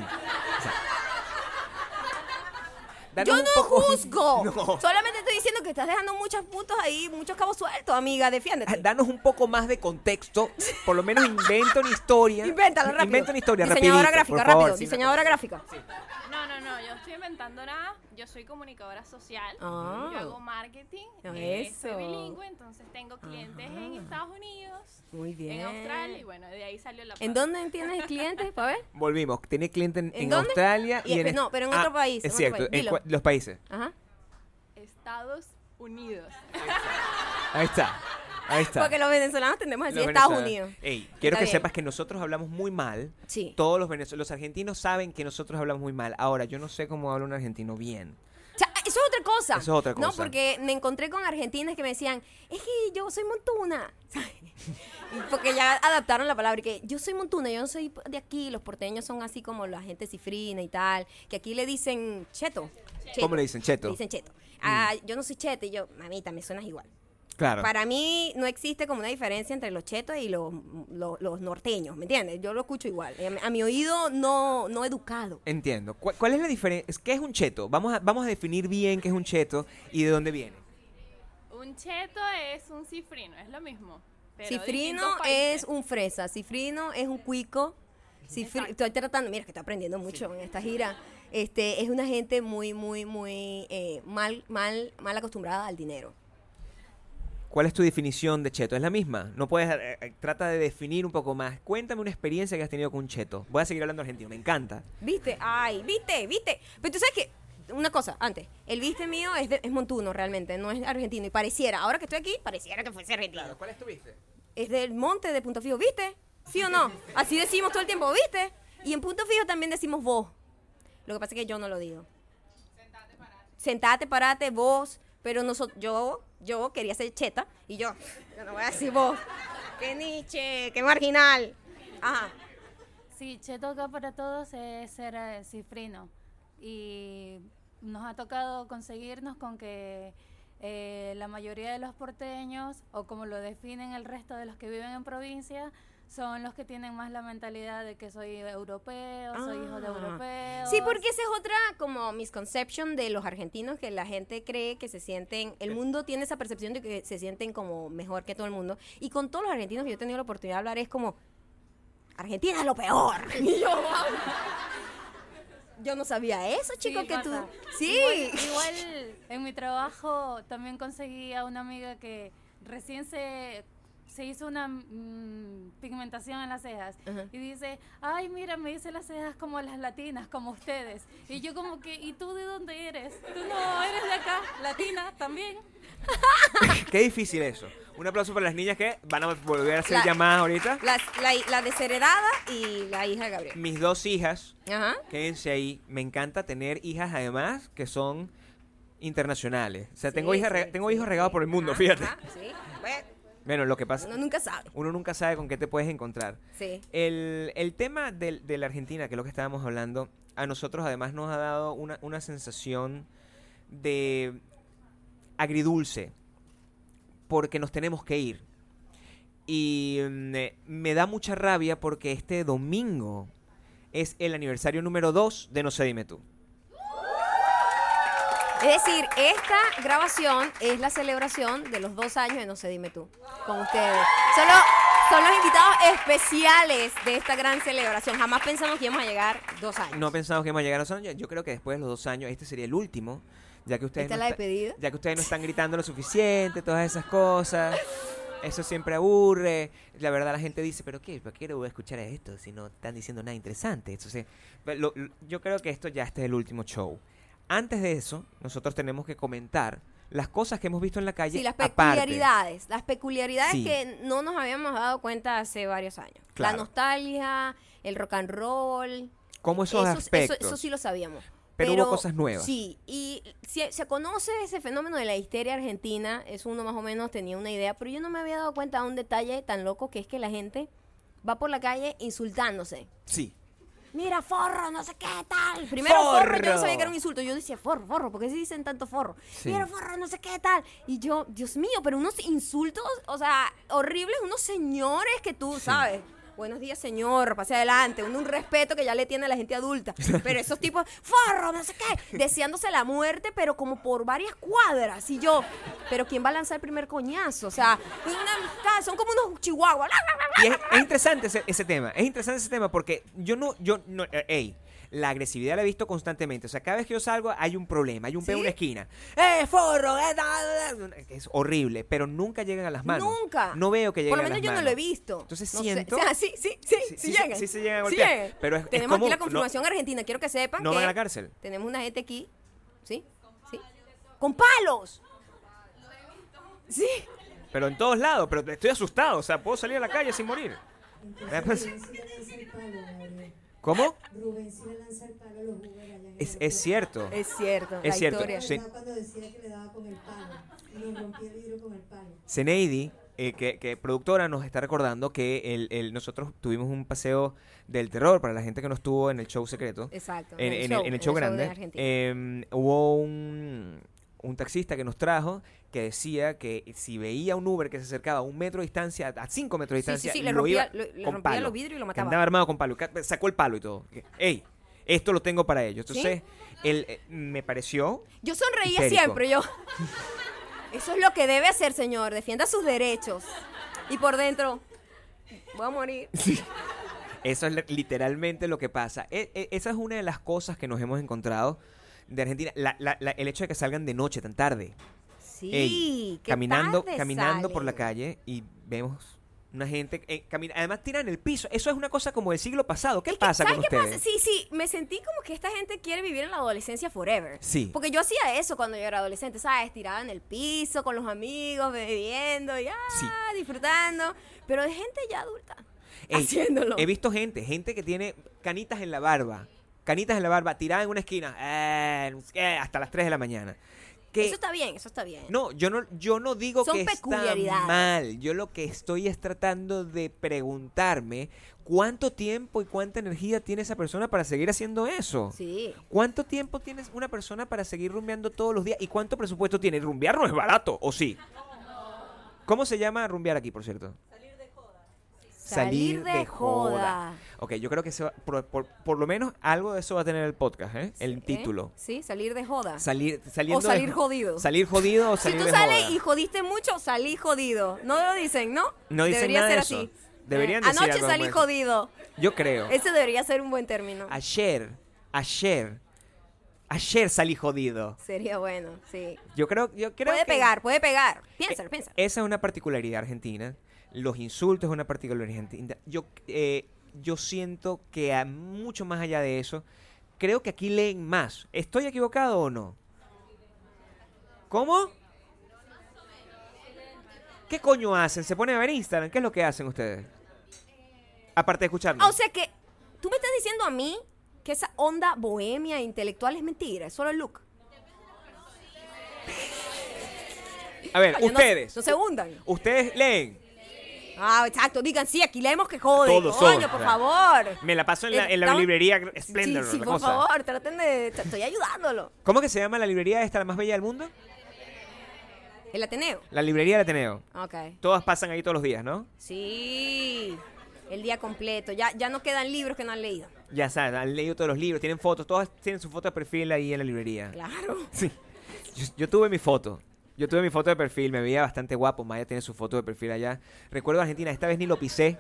Yo
Danos un
no
poco-
juzgo.
No.
Solamente estoy diciendo que estás dejando muchos puntos ahí, muchos cabos sueltos, amiga. Defiéndete.
Danos un poco más de contexto. Por lo menos inventa una historia.
Invéntala rápido.
Inventa una historia
Diseñadora
rapidito,
gráfica,
por favor,
rápido.
sin-
Diseñadora gráfica.
No, yo estoy inventando nada. Yo soy comunicadora social.
Ah.
Yo hago marketing.
Eso.
Soy bilingüe, entonces tengo clientes en Estados Unidos,
Muy bien.
en Australia y bueno, de ahí salió la
¿En dónde tienes clientes, para ver?
Volvimos. Tiene cliente en
dónde?
Australia y en...
No, pero en otro país.
Es
en otro
cierto.
país. Dilo.
Los países.
Ajá.
Estados Unidos.
Ahí está.
Porque los venezolanos tendemos a decir
Los
Estados
venezolanos.
Unidos.
Ey, quiero
Está
que
bien.
sepas que nosotros hablamos muy mal.
Sí.
Todos los argentinos saben que nosotros hablamos muy mal. Ahora, yo no sé cómo habla un argentino bien.
O sea, eso es otra cosa.
Eso es otra
No,
cosa.
porque me encontré con argentinas que me decían, es que yo soy montuna. ¿sabes? Y porque ya adaptaron la palabra. Y que yo soy montuna, yo no soy de aquí. Los porteños son así como la gente cifrina y tal. Que aquí le dicen cheto.
¿Cómo le dicen? Cheto.
Le dicen cheto. Ah, yo no soy cheto. Y yo, mamita, me suenas igual.
Claro.
Para mí no existe como una diferencia entre los chetos y los norteños, ¿me entiendes? Yo lo escucho igual. A mi oído no educado.
Entiendo. ¿Cuál es la diferencia? ¿Qué es un cheto? Vamos a definir bien qué es un cheto y de dónde viene.
Un cheto es un cifrino, es lo mismo. pero
Cifrino
distintos países.
es un fresa, cifrino es un cuico Estoy tratando, mira que estoy aprendiendo mucho en esta gira. Es una gente muy, muy, muy mal acostumbrada al dinero.
¿Cuál es tu definición de cheto? ¿Es la misma? No puedes, trata de definir un poco más. Cuéntame una experiencia que has tenido con un cheto. Voy a seguir hablando argentino, me encanta.
¿Viste? Ay, ¿viste? Pero tú sabes que, una cosa, antes, el viste mío es montuno realmente, no es argentino. Y pareciera, ahora que estoy aquí, pareciera que fuese argentino.
Claro, ¿cuál es tu viste?
Es del monte de Punto Fijo, ¿viste? ¿Sí o no? Así decimos todo el tiempo, ¿viste? Y en Punto Fijo también decimos vos. Lo que pasa es que yo no lo digo. Sentate, parate, vos. Pero yo quería ser cheta y yo no voy a decir vos. ¡Qué niche! ¡Qué marginal! Ajá.
Sí, cheto acá para todos es ser cifrino. Y nos ha tocado conseguirnos con que la mayoría de los porteños, o como lo definen el resto de los que viven en provincia, son los que tienen más la mentalidad de que soy europeo, soy hijo de europeos.
Sí, porque esa es otra como misconception de los argentinos, que la gente cree que se sienten, el mundo tiene esa percepción de que se sienten como mejor que todo el mundo. Y con todos los argentinos que yo he tenido la oportunidad de hablar es como, Argentina es lo peor. Y yo no sabía eso, chico,
Sí,
que
pasa.
tú... Sí.
Igual en mi trabajo también conseguí a una amiga que recién se hizo una pigmentación en las cejas.
Ajá.
Y dice, ay, mira, me hice las cejas como las latinas, como ustedes. Y yo como que, ¿y tú de dónde eres? Tú no eres de acá, latina también.
Qué difícil eso. Un aplauso para las niñas que van a volver a hacer
La-
llamadas ahorita.
La desheredada y la hija de Gabriel.
Mis dos hijas,
Ajá.
quédense ahí. Me encanta tener hijas además que son internacionales. O sea, tengo
Sí,
hijos
sí,
regados
sí.
por el mundo,
Ajá,
fíjate.
ajá, sí.
Bueno, lo que pasa,
Uno nunca sabe.
uno nunca sabe con qué te puedes encontrar.
Sí.
El tema de la Argentina, que es lo que estábamos hablando, a nosotros además nos ha dado una sensación de agridulce, porque nos tenemos que ir. Y me da mucha rabia porque este domingo es el aniversario número 2 de No sé, dime tú.
Es decir, esta grabación es la celebración de los 2 años de No sé, dime tú, con ustedes. Son los invitados especiales de esta gran celebración. Jamás pensamos que íbamos a llegar 2 años.
No pensamos que íbamos a llegar a los años. Yo creo que después de los 2 años este sería el último, ya que ustedes
¿Esta es la despedida?
ya que ustedes no están gritando lo suficiente, todas esas cosas. Eso siempre aburre. La verdad la gente dice, ¿pero qué? ¿Por qué voy a escuchar esto si no están diciendo nada interesante? Entonces, yo creo que este es el último show. Antes de eso, nosotros tenemos que comentar las cosas que hemos visto en la calle.
Sí, las
aparte.
peculiaridades
Sí.
que no nos habíamos dado cuenta hace varios años.
Claro.
La nostalgia, el rock and roll.
Como esos aspectos.
Eso sí lo sabíamos.
Pero hubo cosas nuevas.
Sí, y se conoce ese fenómeno de la histeria argentina, eso uno más o menos tenía una idea, pero yo no me había dado cuenta de un detalle tan loco que es que la gente va por la calle insultándose.
Sí.
Mira, forro, no sé qué tal. Primero forro, yo no
¡Forro!
sabía que era un insulto. Yo decía, forro, ¿por qué se dicen tanto forro?
Sí.
Mira, forro, no sé qué tal. Y yo, Dios mío, pero unos insultos, o sea, horribles, unos señores que tú, ¿sabes? Buenos días, señor, pase adelante. Un respeto que ya le tiene a la gente adulta. Pero esos tipos, forro, no sé qué, deseándose la muerte, pero como por varias cuadras. Y yo, pero ¿quién va a lanzar el primer coñazo? O sea, son como unos chihuahuas.
Y es interesante ese tema. Es interesante ese tema porque la agresividad la he visto constantemente. O sea, cada vez que yo salgo hay un problema, hay un peo en una esquina. ¡Forro! Es horrible, pero nunca llegan a las manos.
Nunca.
No veo que lleguen
Por lo
a
menos
las
yo no
manos.
lo he visto.
Entonces
No sé.
siento...
O sea, sí llegan.
Sí se llegan a
Sí
golpear.
llegan.
Pero es
Tenemos
como...
aquí la confirmación argentina. Quiero que sepan
no
que
van a la cárcel.
tenemos una gente aquí. ¿Sí? ¿Sí? ¡Con palos! Sí.
Pero en todos lados. Pero estoy asustado. O sea, puedo salir a la calle sin morir. ¿Cómo?
Rubén sí le lanza el palo a los Uber allá en
Es
el
cierto.
Es cierto.
Es
la
cierto.
historia.
Sí.
cuando decía que le daba con el palo y nos rompía el vidrio con el palo.
Zeneidi, que productora, nos está recordando que nosotros tuvimos un paseo del terror para la gente que no estuvo en el show secreto.
Exacto.
En el show
de
grande.
Argentina.
Hubo un taxista que nos trajo que decía que si veía un Uber que se acercaba a 1 metro de distancia, a 5 metros de distancia,
sí, le
lo
rompía-
iba
le
con
rompía
palo,
los vidrios y lo
que
mataba.
andaba armado con palo, sacó el palo y todo. ¡Ey! Esto lo tengo para ellos. Entonces, me pareció...
Yo sonreía
histérico.
siempre, yo. Eso es lo que debe hacer, señor. Defienda sus derechos. Y por dentro, voy a morir.
Eso es literalmente lo que pasa. Esa es una de las cosas que nos hemos encontrado de Argentina. El hecho de que salgan de noche tan tarde.
Sí,
Ey,
qué
caminando
tarde
por la
salen.
calle y vemos una gente además tiran el piso. Eso es una cosa como del siglo pasado. ¿Qué
Es que,
pasa
¿sabes
con
qué
ustedes?
pasa? Sí, me sentí como que esta gente quiere vivir en la adolescencia forever.
Sí.
Porque yo hacía eso cuando yo era adolescente, ¿sabes? Tirada en el piso con los amigos, bebiendo y
Sí.
disfrutando. Pero de gente ya adulta
Ey,
haciéndolo.
He visto gente que tiene canitas en la barba, tirada en una esquina, hasta las 3 de la mañana. Que,
Eso está bien, eso está bien.
no, yo no digo
Son
que está
peculiaridades.
mal. Yo lo que estoy es tratando de preguntarme cuánto tiempo y cuánta energía tiene esa persona para seguir haciendo eso.
Sí.
¿Cuánto tiempo tiene una persona para seguir rumbeando todos los días? ¿Y cuánto presupuesto tiene? Rumbear no es barato, ¿o sí? ¿Cómo se llama rumbear aquí, por cierto?
Salir de joda.
Ok, yo creo que por lo menos algo de eso va a tener el podcast, ¿eh? El título.
Sí, salir de joda.
Saliendo
O salir
de,
jodido.
Salir jodido o
Si
salir
tú
de
sales
joda.
y jodiste mucho, salí jodido. No lo dicen, ¿no?
No dicen
Debería
nada
ser
de eso.
así.
Deberían decir
Anoche
algo
salí
como eso.
jodido.
Yo creo.
Ese debería ser un buen término.
Ayer salí jodido.
Sería bueno, sí.
Yo creo
Puede
que
pegar. Piénsalo, piénsalo.
esa es una particularidad argentina. Los insultos es una particularidad argentina. Yo siento que mucho más allá de eso, creo que aquí leen más. ¿Estoy equivocado o no? ¿Cómo? ¿Qué coño hacen? ¿Se ponen a ver Instagram? ¿Qué es lo que hacen ustedes? Aparte de escucharnos.
O sea que tú me estás diciendo a mí que esa onda bohemia e intelectual es mentira, es solo el look.
A ver,
Coño,
ustedes.
No se hundan.
Ustedes leen.
Ah, exacto, digan, sí, aquí leemos que jode.
Todos
Coño,
son,
por
claro.
favor.
Me la paso en la
Estamos-
librería Splendor.
Sí,
la
por
cosa.
favor, traten de... Estoy ayudándolo.
¿Cómo que se llama la librería esta, la más bella del mundo?
¿El Ateneo?
La librería del Ateneo.
Ok.
Todas pasan ahí todos los días, ¿no?
Sí, el día completo. Ya no quedan libros que no han leído.
Ya saben, han leído todos los libros, tienen fotos, todas tienen su foto de perfil ahí en la librería.
Claro.
Sí. Yo tuve mi foto. Yo tuve mi foto de perfil, me veía bastante guapo. Maya tiene su foto de perfil allá. Recuerdo Argentina, esta vez ni lo pisé.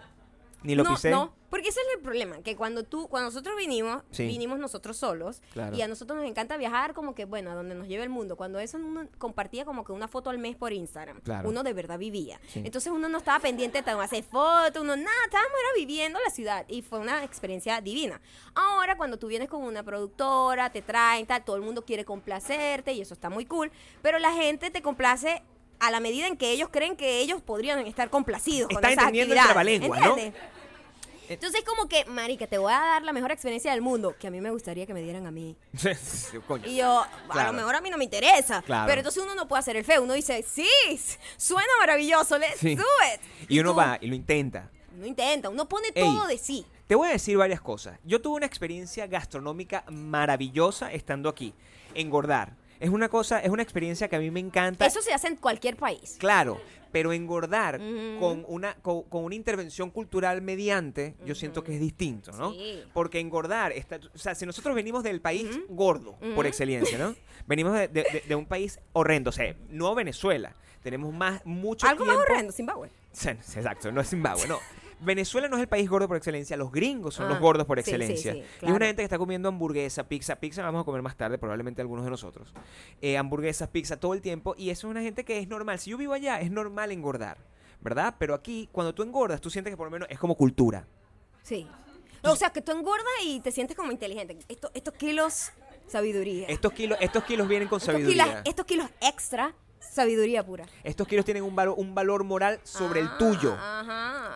No, porque ese es el problema, que cuando nosotros vinimos,
Sí.
vinimos nosotros solos,
Claro.
y a nosotros nos encanta viajar como que, bueno, a donde nos lleve el mundo. Cuando eso uno compartía como que una foto al mes por Instagram,
Claro.
uno de verdad vivía.
Sí.
Entonces uno no estaba pendiente de hacer fotos, uno nada, estábamos era viviendo la ciudad, y fue una experiencia divina. Ahora, cuando tú vienes con una productora, te traen, tal, todo el mundo quiere complacerte, y eso está muy cool, pero la gente te complace a la medida en que ellos creen que ellos podrían estar complacidos con
Está
esas
entendiendo el
actividades.
trabalenguas, ¿no?
¿Entiendes? Entonces, como que, marica, te voy a dar la mejor experiencia del mundo, que a mí me gustaría que me dieran a mí.
Coño.
Y yo,
Claro.
a lo mejor a mí no me interesa.
Claro.
Pero entonces uno no puede hacer el feo. Uno dice, sí, suena maravilloso, let's
Sí.
do it.
Y uno
tú-
va y lo intenta.
Uno intenta, uno pone
Ey.
todo de sí.
Te voy a decir varias cosas. Yo tuve una experiencia gastronómica maravillosa estando aquí. Engordar. Es una experiencia que a mí me encanta.
Eso se hace en cualquier país.
Claro, pero engordar
Ujú.
con una intervención cultural mediante, yo siento que es distinto, ¿no?
Sí.
Porque engordar, o sea, si nosotros venimos del país gordo, por excelencia, ¿no? Venimos de un país horrendo, o sea, no Venezuela. Tenemos mucho
Algo más
tiempo.
horrendo, Zimbabue.
Sí, exacto, no es Zimbabue, no. Venezuela no es el país gordo por excelencia, los gringos son
Ah,
los gordos por
sí, sí,
excelencia.
sí,
Y es
claro.
una gente que está comiendo hamburguesa, pizza vamos a comer más tarde, probablemente algunos de nosotros. Hamburguesas, pizza, todo el tiempo, y eso es una gente que es normal. Si yo vivo allá, es normal engordar, ¿verdad? Pero aquí, cuando tú engordas, tú sientes que por lo menos es como cultura.
Sí. O sea, que tú engordas y te sientes como inteligente. Estos kilos, sabiduría.
Estos kilos vienen con
Estos
sabiduría.
estos kilos extra, sabiduría pura.
Estos kilos tienen un valor moral sobre el tuyo.
Ajá.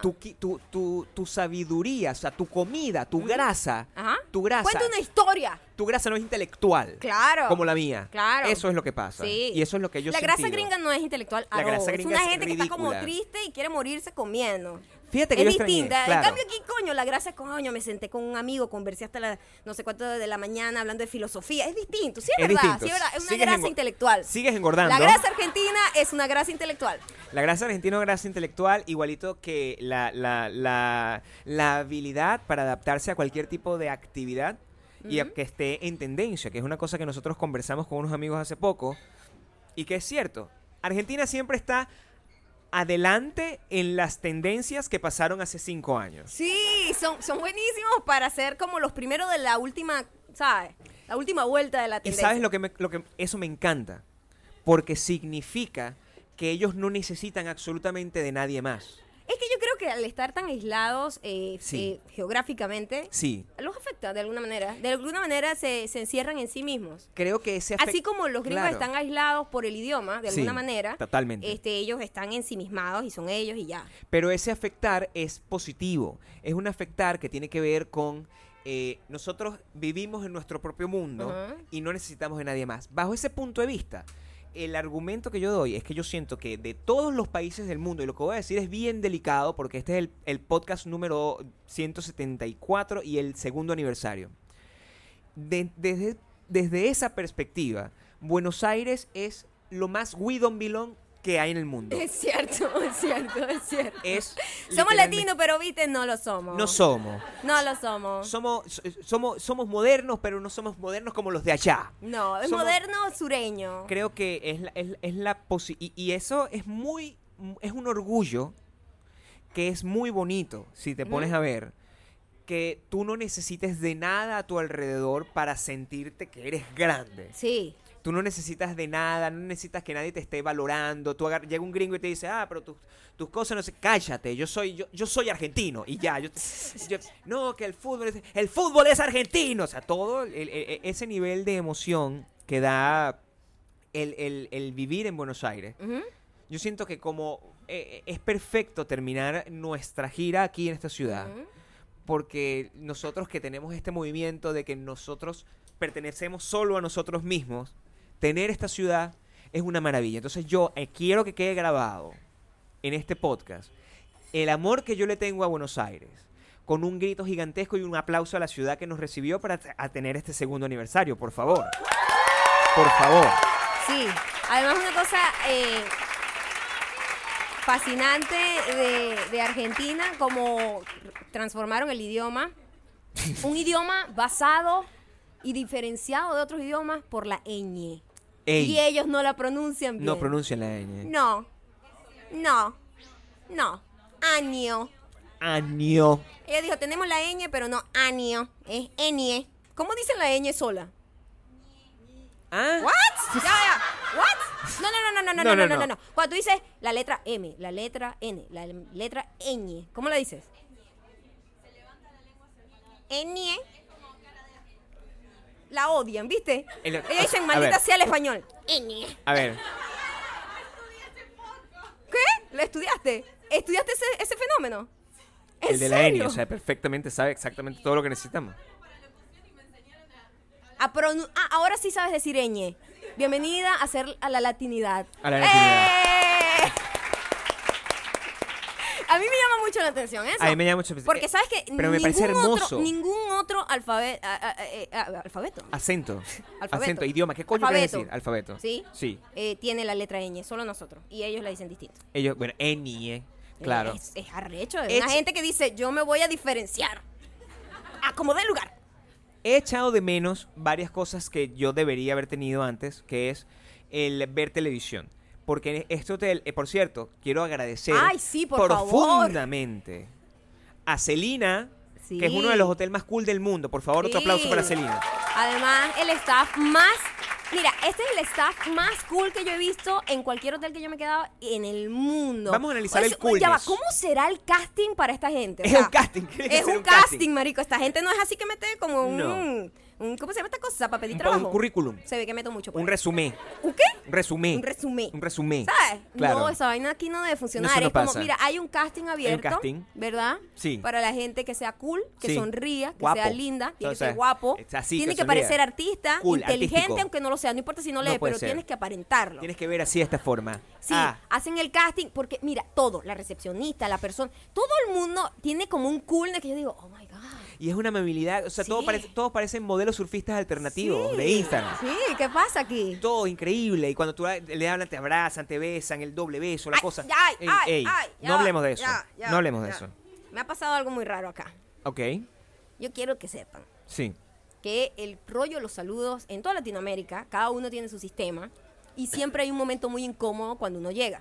Tu sabiduría, o sea, tu comida, tu grasa,
Ajá.
tu grasa.
Cuenta una historia.
Tu grasa no es intelectual.
Claro.
Como la mía.
Claro.
Eso es lo que pasa.
Sí.
Y eso es lo que yo
La
he
grasa
sentido.
gringa no es intelectual.
La
at
grasa
all.
gringa
es una
es
gente que está como
ridícula.
triste y quiere morirse comiendo.
Fíjate que
Es
yo extrañé,
distinta.
claro.
En cambio aquí, coño, la grasa es coño. Me senté con un amigo, conversé hasta la no sé cuánto de la mañana hablando de filosofía. Es distinto. Sí, es,
Es
verdad.
distinto.
Sí, es verdad. Es una
Sigues
grasa intelectual.
Sigues engordando.
La grasa argentina es una grasa intelectual.
La grasa argentina es una grasa intelectual, igualito que la habilidad para adaptarse a cualquier tipo de actividad y a que esté en tendencia, que es una cosa que nosotros conversamos con unos amigos hace poco y que es cierto. Argentina siempre está adelante en las tendencias que pasaron hace 5 años.
Sí, son buenísimos para ser como los primeros de la última, ¿sabes? La última vuelta de la
Y
tendencia.
sabes lo que eso me encanta, porque significa que ellos no necesitan absolutamente de nadie más.
Es que yo creo que al estar tan aislados
Sí.
geográficamente,
Sí,
los afecta de alguna manera. De alguna manera se encierran en sí mismos.
creo que ese
Así como los gringos
claro.
están aislados por el idioma, de alguna
Sí,
manera,
totalmente.
ellos están ensimismados y son ellos y ya.
Pero ese afectar es positivo. Es un afectar que tiene que ver con nosotros vivimos en nuestro propio mundo
Ajá.
y no necesitamos de nadie más. Bajo ese punto de vista, el argumento que yo doy es que yo siento que de todos los países del mundo, y lo que voy a decir es bien delicado porque este es el podcast número 174 y el segundo aniversario. Desde esa perspectiva, Buenos Aires es lo más we don't belong que hay en el mundo.
Es cierto, es cierto, es cierto.
Es
Somos
literalmente-
latinos, pero viste, no lo somos.
No somos.
No lo somos.
Somos modernos, pero no somos modernos como los de allá.
No, es
somos-
moderno sureño.
Creo que es la y eso es es un orgullo que es muy bonito si te pones a ver que tú no necesites de nada a tu alrededor para sentirte que eres grande.
Sí.
Tú no necesitas de nada, no necesitas que nadie te esté valorando. Llega un gringo y te dice, pero tus cosas no sé, cállate, yo soy argentino. Y ya, no, que el fútbol es argentino. O sea, todo ese nivel de emoción que da el vivir en Buenos Aires.
Ujú.
Yo siento que como es perfecto terminar nuestra gira aquí en esta ciudad.
Ujú.
Porque nosotros que tenemos este movimiento de que nosotros pertenecemos solo a nosotros mismos, tener esta ciudad es una maravilla. Entonces yo quiero que quede grabado en este podcast el amor que yo le tengo a Buenos Aires, con un grito gigantesco y un aplauso a la ciudad que nos recibió para tener este segundo aniversario, por favor. Por favor.
Sí. Además, una cosa fascinante de Argentina, como transformaron el idioma. Un idioma basado y diferenciado de otros idiomas por la ñ.
Ey,
Y ellos no la pronuncian bien.
no pronuncian la ñ.
No. Año.
Año.
Ella dijo, tenemos la ñ, pero no año. Es ñ. ¿Cómo dicen la ñ sola?
¿Ah?
¿What? Ya. ¿What? No. Cuando tú dices la letra M, la letra N, la letra ñ, ¿cómo la dices? ñ. La odian, ¿viste? Ellos dicen,
a
maldita
ver.
sea el español. ñ.
A ver,
¿Qué? ¿La estudiaste? ¿Estudiaste ese fenómeno? ¿En
el de la
serio?
ñ, o sea, perfectamente sabe exactamente todo lo que necesitamos.
Ahora sí sabes decir ñ. Bienvenida a la latinidad.
A la latinidad.
¡Eh! A mí me llama mucho la atención eso.
A mí me llama mucho.
Porque sabes que
Pero me parece hermoso.
Ningún otro alfabeto.
Acento, idioma. ¿Qué coño quieres decir? Alfabeto.
¿Sí?
Sí.
Tiene la letra ñ, solo nosotros. Y ellos la dicen distinto.
Ellos, bueno, ñ, claro.
Es arrecho. Es
Es-
una gente que dice, yo me voy a diferenciar. A como dé lugar.
He echado de menos varias cosas que yo debería haber tenido antes, que es el ver televisión. Porque esto, por cierto, quiero agradecer
Ay, sí, por favor.
profundamente a Celina,
Sí.
que es uno de los hoteles más cool del mundo. Por favor, otro
Sí.
aplauso para Celina.
Además, el staff más... Mira, este es el staff más cool que yo he visto en cualquier hotel que yo me he quedado en el mundo.
Vamos a analizar el
Ya
coolness.
va, ¿cómo será el casting para esta gente? O
Es
sea,
un casting, tiene que
Es
ser
un
un casting.
casting, marico. Esta gente no es así que mete como
No.
un ¿cómo se llama esta cosa? Para pedir
Un
trabajo.
currículum.
Se ve que meto mucho. por
Un
ahí.
resumen.
¿Un qué?
Un resumen.
Un resumen.
Un resumen.
¿Sabes?
Claro.
No, esa vaina aquí no debe funcionar.
Eso no
es como,
pasa.
mira, hay un casting abierto,
casting.
¿verdad?
Sí.
Para la gente que sea cool, que
Sí.
sonría, que
Guapo.
sea linda, tiene
O sea,
que ser guapo,
es así,
tiene
que
que
sonría.
parecer artista,
Cool,
inteligente,
artístico.
aunque no lo sea, no importa si no
No
lee,
puede
pero
ser.
tienes que aparentarlo.
Tienes que ver así de esta forma.
Sí,
Ah,
hacen el casting porque, mira, todo, la recepcionista, la persona, todo el mundo tiene como un coolness que yo digo, oh my God.
y es una amabilidad. O sea,
Sí.
todos parecen modelos surfistas alternativos
Sí.
de Instagram.
Sí, ¿qué pasa aquí?
Todo increíble. Y cuando tú le hablan, te abrazan, te besan, el doble beso, la
Ay,
cosa.
ay,
Ey,
ay,
ey,
ay, ya
no
va,
hablemos de eso.
ya,
No hablemos de
ya.
eso.
Me ha pasado algo muy raro acá.
Ok.
Yo quiero que sepan
Sí.
que el rollo de los saludos en toda Latinoamérica, cada uno tiene su sistema y siempre hay un momento muy incómodo cuando uno llega.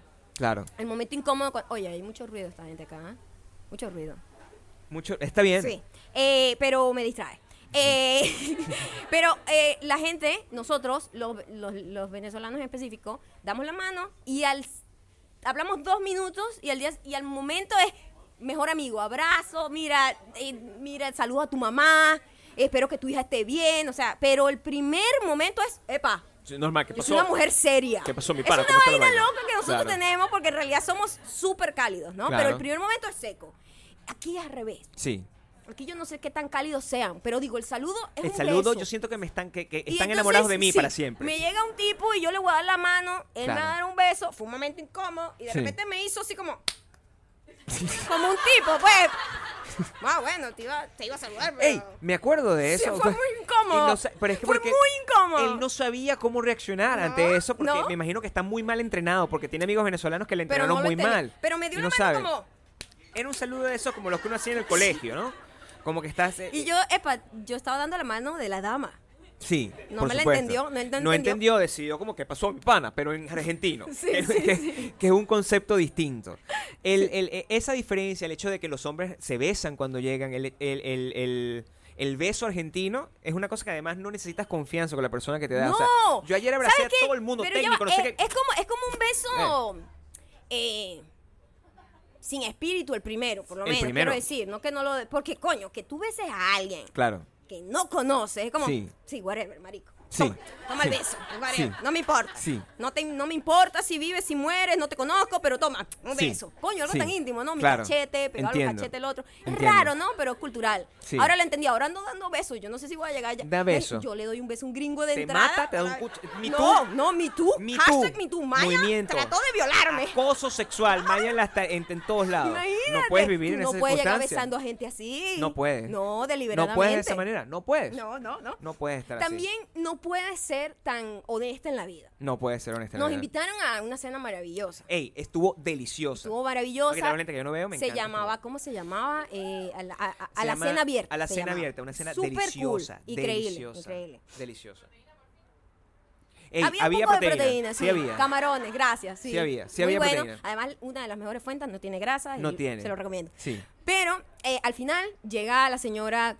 Claro.
El momento incómodo. Oye, hay mucho ruido esta gente acá, ¿eh? Mucho ruido.
Está bien.
Sí. Pero me distrae. Pero la gente, nosotros, los venezolanos en específico, damos la mano y hablamos 2 minutos y al momento es mejor amigo, abrazo, mira, saludo a tu mamá, espero que tu hija esté bien, o sea, pero el primer momento es, epa,
Sí, normal, ¿qué
yo
pasó?
soy una mujer seria.
¿Qué pasó, mi
Es
pana?
una
¿Cómo está la
vaina
vaina?
loca que nosotros
Claro.
tenemos porque en realidad somos súper cálidos, ¿no?
Claro.
Pero el primer momento es seco. Aquí es al revés.
Sí.
Aquí yo no sé qué tan cálidos sean, pero digo, el saludo es
El
un
saludo,
beso.
yo siento que
Y
están
entonces,
enamorados de mí
sí,
para siempre.
Me llega un tipo y yo le voy a dar la mano, él me va a
Claro.
dar un beso, fue un momento incómodo y de
Sí.
repente me hizo así como como un tipo, pues. Bueno, te iba a saludar, pero
Ey, me acuerdo de
sí,
eso.
fue muy incómodo.
Y no sa- pero es que
fue
porque
muy incómodo.
Él no sabía cómo reaccionar
No,
ante eso porque
no.
me imagino que está muy mal entrenado porque tiene amigos venezolanos que le
pero
entrenaron
no lo
muy
entendí.
mal.
Pero me dio
y
una
no
mano
sabe.
como
Era un saludo de esos como los que uno hacía en el colegio, ¿no? Como que estás...
y yo estaba dando la mano de la dama.
Sí,
No
por
me la
supuesto.
entendió, no entendió.
No entendió, decidió como que pasó mi pana, pero en argentino.
Sí,
que,
sí,
que-
sí.
que es un concepto distinto. Esa diferencia, el hecho de que los hombres se besan cuando llegan, el beso argentino es una cosa que además no necesitas confianza con la persona que te da.
No.
O sea, yo ayer abracé
¿Sabes
a
qué?
todo el mundo
Pero ya
técnico,
va,
no sé qué.
es como un beso sin espíritu el primero, por lo
El
menos,
primero.
quiero decir, no que no lo porque coño, que tú beses a alguien
Claro.
que no conoces, es como
Sí.
whatever, marico.
Sí.
Toma el
Sí.
beso, whatever,
Sí.
no me importa.
Sí.
No me importa si vives, si mueres, no te conozco, pero toma, un
Sí.
beso. Coño, algo
Sí.
tan íntimo, ¿no? Mi
Claro.
cachete, pegar los
Entiendo.
cachetes el otro. Es
Entiendo.
raro, ¿no? Pero es cultural.
Sí.
Ahora lo entendí, ahora ando dando besos, yo no sé si voy a llegar ya.
Da beso.
Yo le doy un beso a un gringo de
Te
entrada.
mata, te da un
Ay,
Me
no,
Too.
no, me too.
Me
Hashtag
Too.
me too. Maya
Movimiento.
trató de violarme.
Acoso sexual, Maya en todos lados.
Imagínate.
No puedes vivir
Tú
en
no
esa
puedes llegar
circunstancia.
besando a gente así.
No puedes.
No, deliberadamente.
No puedes de esa manera. No puedes.
No.
No puedes estar así.
También no puedes ser tan honesta en la vida.
No puedes ser honesta. en
Nos
la vida.
invitaron a una cena maravillosa.
Ey, estuvo deliciosa.
Estuvo maravillosa.
Porque la gente que yo no veo me
se
encanta.
llamaba, ¿cómo se llamaba? A la
Se llama
cena abierta.
A la
se
cena
llamaba.
abierta, una cena
Súper
deliciosa.
cool. Increíble,
deliciosa,
increíble.
Deliciosa. Ey,
Había un poco de proteína, sí.
había.
Camarones, gracias. Sí,
Sí había, sí
Muy
había
bueno.
proteína.
Además, una de las mejores fuentes no tiene grasa.
No
y
tiene.
Se lo recomiendo.
Sí.
Pero al final llega la señora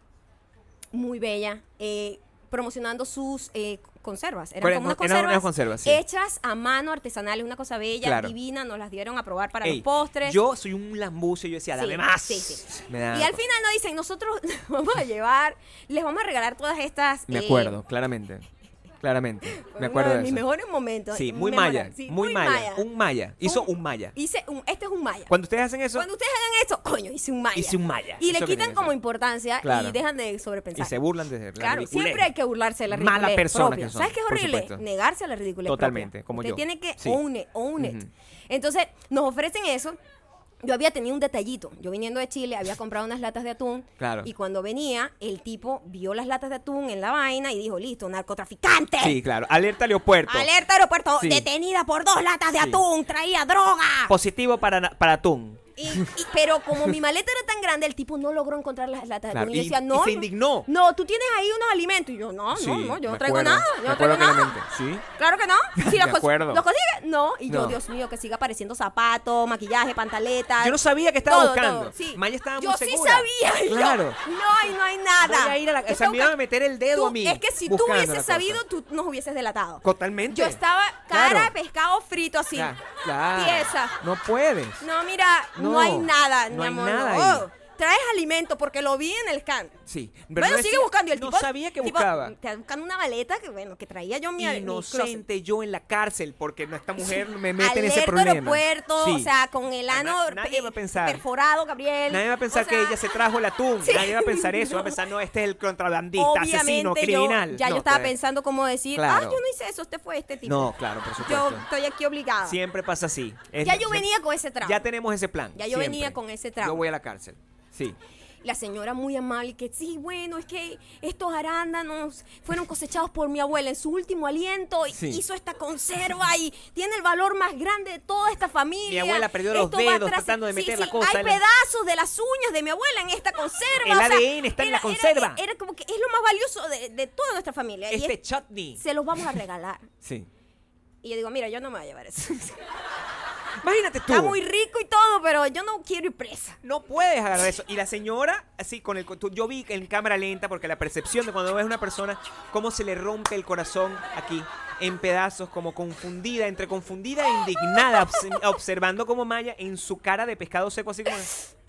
muy bella promocionando sus conservas. Eran
Pero
como unas
eran unas
conservas,
conservas, sí.
hechas a mano, artesanales, una cosa bella,
Claro.
divina. Nos las dieron a probar para
Ey,
los postres.
Yo soy un lambucio y yo decía, dame
Sí,
más.
sí.
Me da-
Y al final nos dicen, nosotros les vamos a llevar, les vamos a regalar todas estas.
Me acuerdo, claramente. Claramente.
fue
Me acuerdo
uno
de
mis
eso.
mejores momentos.
Sí, muy
memorables.
maya.
Sí,
muy maya. Un maya. Hizo un maya.
Este es un maya.
Cuando ustedes hacen eso,
Cuando ustedes hagan esto, coño, hice un maya.
hice un maya.
Y
Eso
le
que
quitan
tiene
como
eso.
importancia
Claro.
y dejan de
Y
sobrepensar.
se burlan de la
Claro,
ridiculez.
siempre hay que burlarse de la
Mala
ridiculez
persona
propia.
que son,
¿Sabes qué es
por
horrible?
supuesto.
Negarse a la ridiculez
Totalmente,
propia.
como
Usted
yo.
tiene que
Sí.
own it.
Ujú.
Entonces, nos ofrecen eso. Yo había tenido un detallito. Yo viniendo de Chile había comprado unas latas de atún.
Claro.
Y cuando venía, el tipo vio las latas de atún en la vaina y dijo, listo, narcotraficante.
Sí, claro. Alerta aeropuerto.
Alerta aeropuerto,
Sí.
detenida por 2 latas de
Sí.
atún, traía droga.
Positivo para atún.
Pero como mi maleta era tan grande, el tipo no logró encontrar las latas de
Claro,
atún. Y yo
y-
decía,
y
no.
se indignó.
No, tú tienes ahí unos alimentos. Y yo, no,
Sí,
yo no
me
traigo
acuerdo.
nada. Yo
Me
no
acuerdo
traigo nada.
claramente. Sí.
Claro que no. Si
Me acuerdo.
¿Los consigue? No. Y yo,
No.
Dios mío, que siga apareciendo zapatos, maquillaje, pantaletas.
Yo no sabía que estaba
todo,
buscando.
todo, sí.
Maya estaba
yo
muy segura.
sí sabía. y yo,
Claro.
no hay nada.
Voy a ir a la... O
Yo
sea, me iban a
busca-
meter el dedo
tú-
a mí.
Es que si tú
buscando
hubieses
la cosa.
sabido, tú nos hubieses delatado.
Totalmente.
Yo estaba cara
Claro.
de pescado frito así.
Claro.
Tiesa.
No puedes.
No, mira, no,
No,
hay nada,
no
mi
hay
amor.
nada
no.
ahí.
Traes alimento porque lo vi en el scan.
Sí.
Bueno,
no
sigue
decía-
buscando. Y el
no
tipo,
sabía que
tipo,
buscaba.
Está buscando una maleta que traía yo mi closet.
Inocente yo en la cárcel porque esta mujer me mete en ese
Alerta
problema.
aeropuerto,
Sí.
o sea, con el ano
Nadie va a pensar.
perforado, Gabriel.
Nadie va a pensar
O sea,
que ella se trajo el atún.
sí.
Nadie va a pensar eso. Va a pensar, no, este es el contrabandista, asesino,
Obviamente
criminal.
yo
No,
estaba
pues,
pensando cómo decir,
Claro.
yo no hice eso, este fue este tipo.
No, claro, por
yo
supuesto.
estoy aquí obligada.
Siempre pasa así.
Ya yo venía con ese trauma.
Ya tenemos ese plan.
Ya yo
siempre.
venía con ese trauma.
Yo voy a la cárcel. Sí.
La señora muy amable que sí, bueno, es que estos arándanos fueron cosechados por mi abuela en su último aliento.
Sí.
Hizo esta conserva y tiene el valor más grande de toda esta familia.
Mi abuela perdió los
Esto va a
dedos tratando de meter la cosa.
Hay pedazos de las uñas de mi abuela en esta conserva.
El ADN está en la conserva.
Era como que es lo más valioso de toda nuestra familia. Y
Este chutney.
se los vamos a regalar.
Sí.
Y yo digo, mira, yo no me voy a llevar eso.
Imagínate tú.
Está muy rico y todo, pero yo no quiero ir presa.
No puedes agarrar eso. Y la señora, así, yo vi en cámara lenta, porque la percepción de cuando ves a una persona, cómo se le rompe el corazón aquí, en pedazos, como confundida, entre confundida e indignada, observando como Maya en su cara de pescado seco, así como...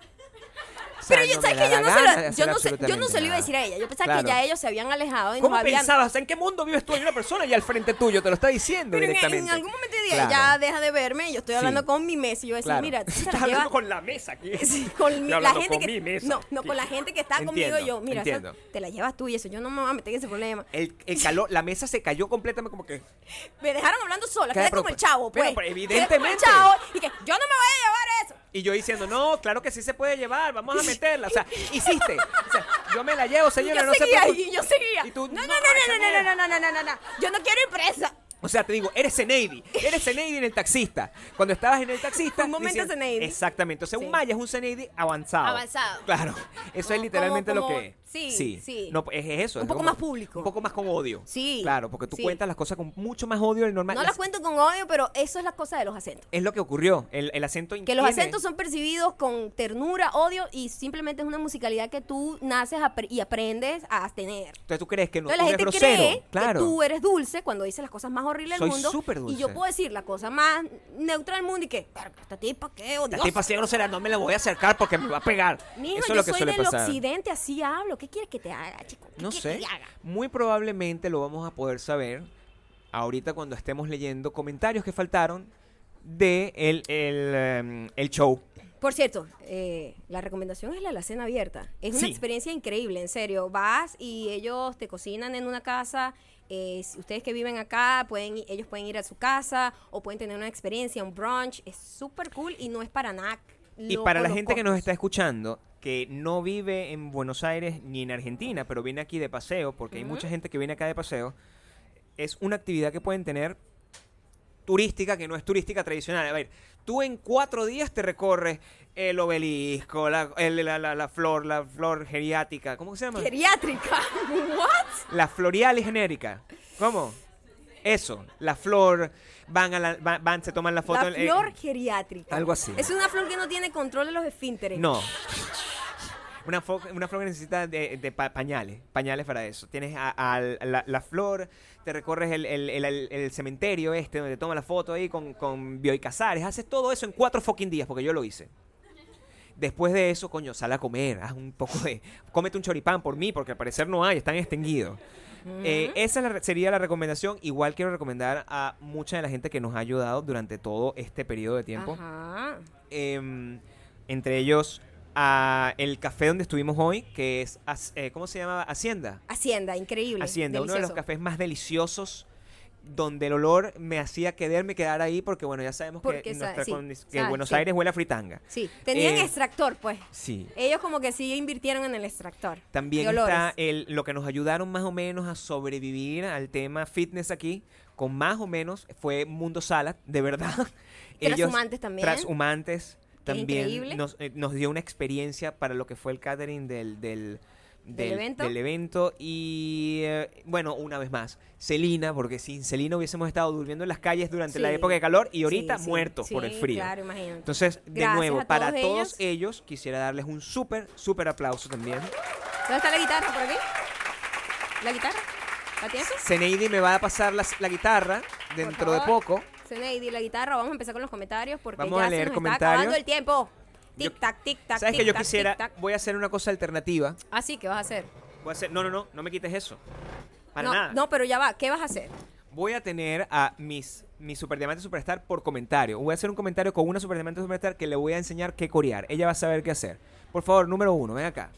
O sea,
Pero yo,
no
¿sabes
me
que
da
yo
la
no,
gana de hacer
yo no se lo iba a
absolutamente
decir a ella? Yo pensaba
Claro.
que ya ellos se habían alejado y
¿Cómo
nos habían...
pensabas? ¿En qué mundo vives tú? Hay una persona ya al frente tuyo, te lo está diciendo
Pero
directamente.
en algún momento de día
Claro.
ya deja de verme y yo estoy hablando
Sí.
con mi Messi y yo decía,
Claro.
mira, tú se
Estás
la
hablando
llevas...
con la mesa aquí.
Sí, con
Estoy
la
hablando
gente
con
que
mi mesa.
no con la gente que está
Entiendo,
conmigo yo mira esa-
entiendo.
te la llevas tú y eso yo no me voy a meter en ese problema.
El calor, la mesa se cayó completamente como que...
Me dejaron hablando sola,
Queda
quedé como
propio.
el chavo, pues.
Pero
Quedé como el
evidentemente.
chavo y que yo no me voy a llevar eso.
Y yo diciendo, no, claro que sí se puede llevar, vamos a meterla. O sea, hiciste. O sea, yo me la llevo,
Y
señora,
yo
no se
seguía
preocupe.
y yo seguía.
Y tú,
no, no, no,
no,
no, no,
esa
no, no, no, no, no, no, no. Yo no quiero ir presa.
O sea, te digo, eres Zeneidi en el taxista. Cuando estabas en el taxista...
Un momento
diciendo-
Zeneidi.
Exactamente. O sea,
Sí.
un Maya es un Zeneidi avanzado.
Avanzado.
Claro. Eso es
Como-
literalmente
como-
lo que es.
sí.
No, es eso.
Un
es
poco
como-
más público.
Un poco más con odio.
Sí.
Claro, porque tú
Sí.
cuentas las cosas con mucho más odio del normal.
No las cuento con odio, pero eso es la cosa de los acentos.
Es lo que ocurrió. El acento
Que los
tiene-
acentos son percibidos con ternura, odio y simplemente es una musicalidad que tú naces y aprendes a tener.
Entonces tú crees que no
Entonces la
tú eres
gente
grosero.
cree
Claro.
que tú eres dulce cuando dices las cosas más horribles
Soy
del mundo.
súper dulce.
Y yo puedo decir la cosa más neutra del mundo y que, "Pero esta tipa, qué
La
odiosa".
tipa así grosera, no me la voy a acercar porque me va a pegar.
Mijo,
Eso
yo
es lo que
soy
suele
del
pasar.
occidente, así hablo. ¿Qué quieres que te haga, chico? ¿Qué
No
quieres
sé.
que te haga?
Muy probablemente lo vamos a poder saber ahorita cuando estemos leyendo comentarios que faltaron de el show.
Por cierto, la recomendación es la alacena abierta. Es una
Sí.
experiencia increíble, en serio. Vas y ellos te cocinan en una casa. Si ustedes que viven acá, ellos pueden ir a su casa o pueden tener una experiencia, un brunch. Es súper cool y no es para nada.
Y para la gente que nos está escuchando, que no vive en Buenos Aires ni en Argentina, pero viene aquí de paseo, porque hay mucha gente que viene acá de paseo, es una actividad que pueden tener turística, que no es turística tradicional. A ver, tú en 4 días te recorres el obelisco, la flor geriátrica, ¿cómo se llama?
Geriátrica. ¿What?
La florial y genérica. ¿Cómo? Eso, la flor, se toman la foto.
La flor geriátrica.
algo así.
Es una flor que no tiene control de los esfínteres.
No. Una flor que necesita de pañales para eso. Tienes la flor, te recorres el cementerio donde tomas la foto ahí con Bioy Casares. Haces todo eso en 4 fucking días, porque yo lo hice. Después de eso, coño, sal a comer, haz un poco cómete un choripán por mí, porque al parecer no hay, están extinguidos. Esa sería la recomendación. Igual quiero recomendar a mucha de la gente que nos ha ayudado durante todo este periodo de tiempo.
Ajá.
Entre ellos, a el café donde estuvimos hoy, que es, ¿cómo se llama? Hacienda.
Hacienda, increíble.
Hacienda, uno de los
delicioso.
cafés más deliciosos, donde el olor me hacía quedar ahí, porque bueno, ya sabemos
Porque
que, que
sabe,
Buenos
sí.
Aires huele a fritanga.
Sí, tenían
Eh,
extractor, pues.
Sí.
Ellos como que sí invirtieron en el extractor.
También
de olores.
está lo que nos ayudaron más o menos a sobrevivir al tema fitness aquí, con más o menos, fue Mundo Salad, de verdad.
Transhumantes también.
Transhumantes también
increíble.
nos dio una experiencia para lo que fue el catering del
evento.
Y bueno, una vez más, Celina, porque sin Celina hubiésemos estado durmiendo en las calles durante la
Sí.
época de calor y ahorita
Sí, sí,
muertos por el
sí,
frío.
Claro, imagínate.
Entonces, de
Gracias
nuevo,
a
para
todos
todos ellos, quisiera darles un súper aplauso también.
¿Dónde está la guitarra por aquí? ¿La guitarra? ¿La tienes?
Zeneidi me va a pasar la guitarra dentro de
favor.
poco.
Zeneidi, la guitarra. Vamos a empezar con los comentarios porque
Vamos
ya
a leer
se nos
comentarios.
está acabando el tiempo.
Yo-
Tic-tac, tic-tac,
¿Sabes que yo
tic-tac,
quisiera?
tic-tac.
Voy a hacer una cosa alternativa.
Ah, sí, ¿qué vas a hacer?
Voy a hacer, no me quites eso. Para
no,
nada.
no, pero ya va. ¿Qué vas a hacer?
Voy a tener a mis Superdiamantes Superstar por comentario. Voy a hacer un comentario con una Superdiamante Superstar que le voy a enseñar qué corear. Ella va a saber qué hacer. Por favor, número 1, ven acá.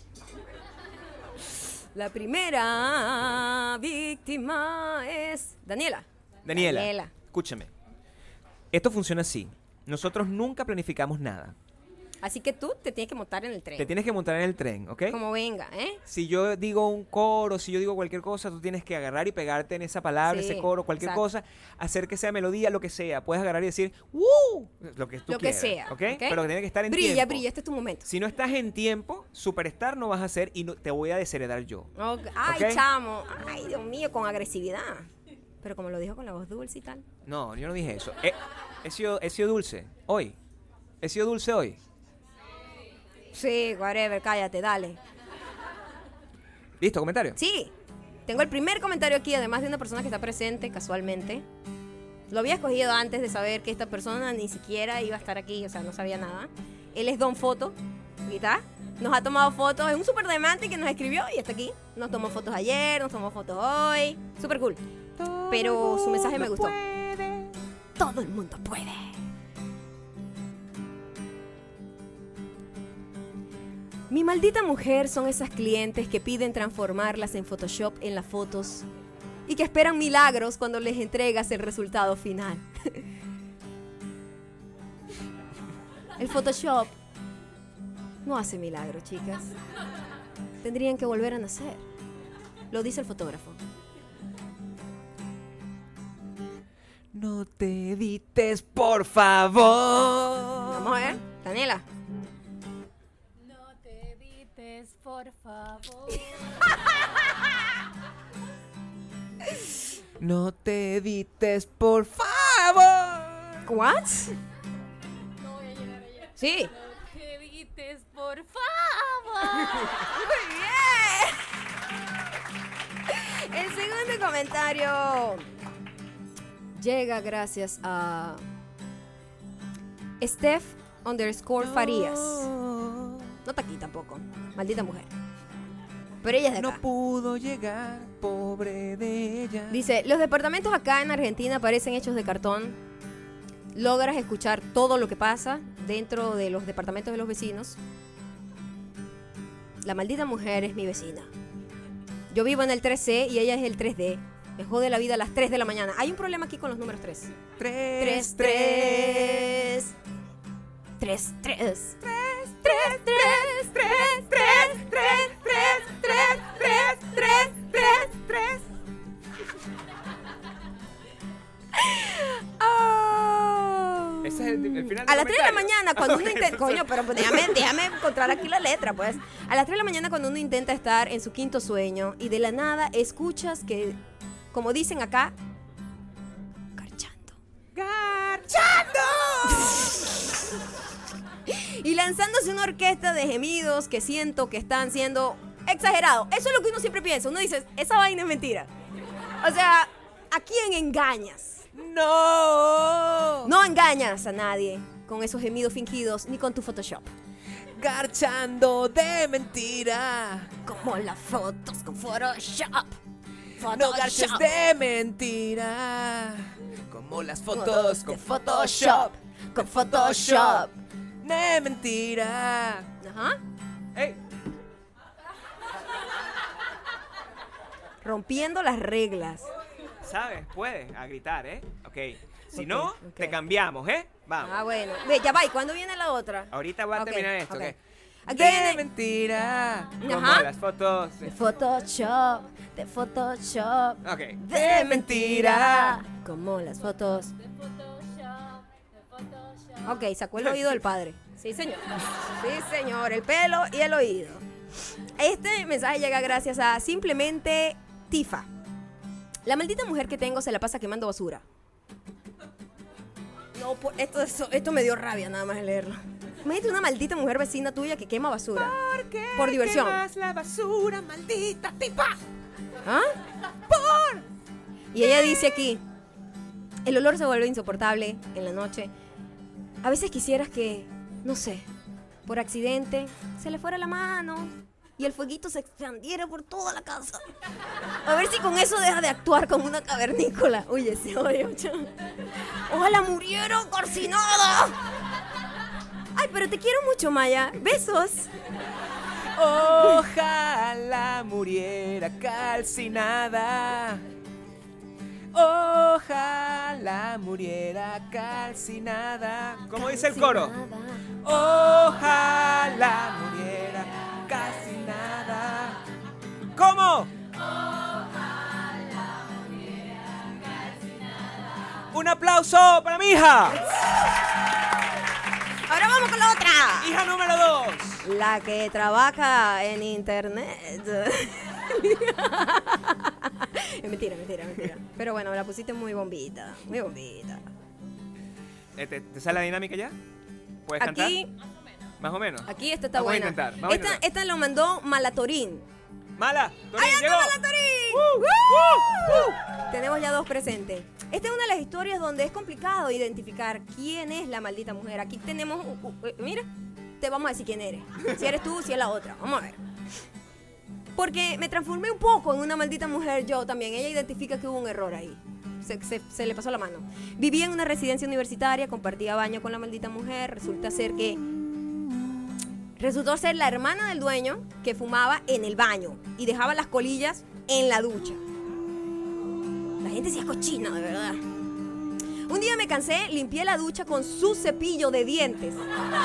La primera víctima es Daniela.
Daniela, escúchame. Esto funciona así. Nosotros nunca planificamos nada.
Así que tú te tienes que montar en el tren.
Te tienes que montar en el tren, ¿ok?
Como venga, ¿eh?
Si yo digo un coro, si yo digo cualquier cosa, tú tienes que agarrar y pegarte en esa palabra,
Sí,
ese coro, cualquier
exacto.
cosa, hacer que sea melodía, lo que sea. Puedes agarrar y decir, ¡Woo! Lo que tú
Lo que
quieras,
sea.
¿ok?
¿ok?
Pero tiene que estar en
brilla,
tiempo.
Brilla, este es tu momento.
Si no estás en tiempo, Superstar no vas a hacer y te voy a desheredar yo.
Ay,
¿Ok?
chamo. Ay, Dios mío, con agresividad. Pero como lo dijo con la voz dulce y tal.
No, yo no dije eso. He sido dulce hoy. He sido dulce hoy.
Sí, whatever, cállate, dale.
¿Listo? ¿Comentario?
Sí, tengo el primer comentario aquí, además de una persona que está presente casualmente. Lo había escogido antes de saber que esta persona ni siquiera iba a estar aquí, o sea, no sabía nada. Él es Don Foto, ¿y está? Nos ha tomado fotos, es un super diamante que nos escribió y está aquí. Nos tomó fotos ayer, nos tomó fotos hoy, súper cool. Pero su mensaje me gustó. Todo el mundo puede. Mi maldita mujer son esas clientes que piden transformarlas en Photoshop en las fotos y que esperan milagros cuando les entregas el resultado final. El Photoshop no hace milagros, chicas. Tendrían que volver a nacer. Lo dice el fotógrafo.
No te edites, por favor.
Vamos a ver, Daniela.
No te edites, por favor.
No te edites, por favor.
¿What?
No voy a llegar allá.
Sí.
No te edites, por favor.
Muy bien. El segundo comentario llega gracias a Steph_Farías. No está aquí tampoco. Maldita mujer. Pero ella es de acá.
No pudo llegar, pobre de ella.
Dice, los departamentos acá en Argentina parecen hechos de cartón. Logras escuchar todo lo que pasa dentro de los departamentos de los vecinos. La maldita mujer es mi vecina. Yo vivo en el 3C y ella es el 3D. Me jode la vida a las 3 de la mañana. Hay un problema aquí con los números 3. 3, 3. 3, 3. 3, 3, 3, 3, 3, 3, 3, 3, 3, 3, 3, 3. Oh.
Ese es el final del
A las 3 de la
comentario.
mañana cuando uno
Ok,
intenta... Coño, pero pues déjame encontrar aquí la letra, pues. A las 3 de la mañana cuando uno intenta estar en su quinto sueño y de la nada escuchas que, como dicen acá, garchando. Y lanzándose una orquesta de gemidos que siento que están siendo exagerados. Eso es lo que uno siempre piensa. Uno dice, esa vaina es mentira. O sea, ¿a quién engañas?
No.
No engañas a nadie con esos gemidos fingidos ni con tu Photoshop.
Garchando de mentira.
Como las fotos con Photoshop.
No garches de mentira. Como las fotos con Photoshop.
Con Photoshop.
De mentira.
Ajá.
Ey.
Rompiendo las reglas.
¿Sabes? Puedes a gritar, ¿eh? Ok. Si
Ok,
no,
ok.
te cambiamos, ¿eh? Vamos.
Ah, bueno. Ve, ya va. ¿Y cuándo viene la otra?
Ahorita va a
Ok,
terminar esto,
ok.
¿ok?
Aquí
de
viene-
mentira. Como
Ajá.
las fotos.
De Photoshop. De Photoshop.
Ok.
De mentira. Como las fotos.
De Photoshop, de Photoshop.
Ok, sacó el oído del padre. Sí, señor. Sí, señor. El pelo y el oído. Este mensaje llega gracias a simplemente Tifa. La maldita mujer que tengo se la pasa quemando basura. No, esto me dio rabia nada más de leerlo. Imagínate una maldita mujer vecina tuya que quema basura. Por diversión.
Quemas la basura, maldita tipa.
¿Ah? Y ella dice aquí, el olor se vuelve insoportable en la noche. A veces quisieras que, no sé, por accidente, se le fuera la mano y el fueguito se expandiera por toda la casa. A ver si con eso deja de actuar como una cavernícola. Oye, se oye, ojalá muriera calcinada. Ay, pero te quiero mucho, Maya. Besos.
Ojalá muriera calcinada. Ojalá muriera calcinada. ¿Cómo dice el coro? Ojalá muriera calcinada. ¿Cómo? Ojalá muriera calcinada. Un aplauso para mi hija.
Ahora vamos con la otra.
Hija número 2.
La que trabaja en internet. Es mentira. Pero bueno, la pusiste muy bombita. Muy bombita.
¿Te sale la dinámica ya? ¿Puedes cantar?
Aquí,
Más o menos.
aquí esta está
Vamos a
buena.
intentar, vamos a intentar.
Esta lo mandó Malatorín.
¡Mala! ¡Torín,
¡Ahí
llegó!
anda Malatorín! Tenemos ya 2 presentes. Esta es una de las historias donde es complicado identificar quién es la maldita mujer. Aquí tenemos, mira, te vamos a decir quién eres. Si eres tú, si es la otra. Vamos a ver. Porque me transformé un poco en una maldita mujer yo también. Ella identifica que hubo un error ahí. Se le pasó la mano. Vivía en una residencia universitaria, compartía baño con la maldita mujer. Resultó ser la hermana del dueño que fumaba en el baño y dejaba las colillas en la ducha. La gente sí es cochina, de verdad. Un día me cansé, limpié la ducha con su cepillo de dientes.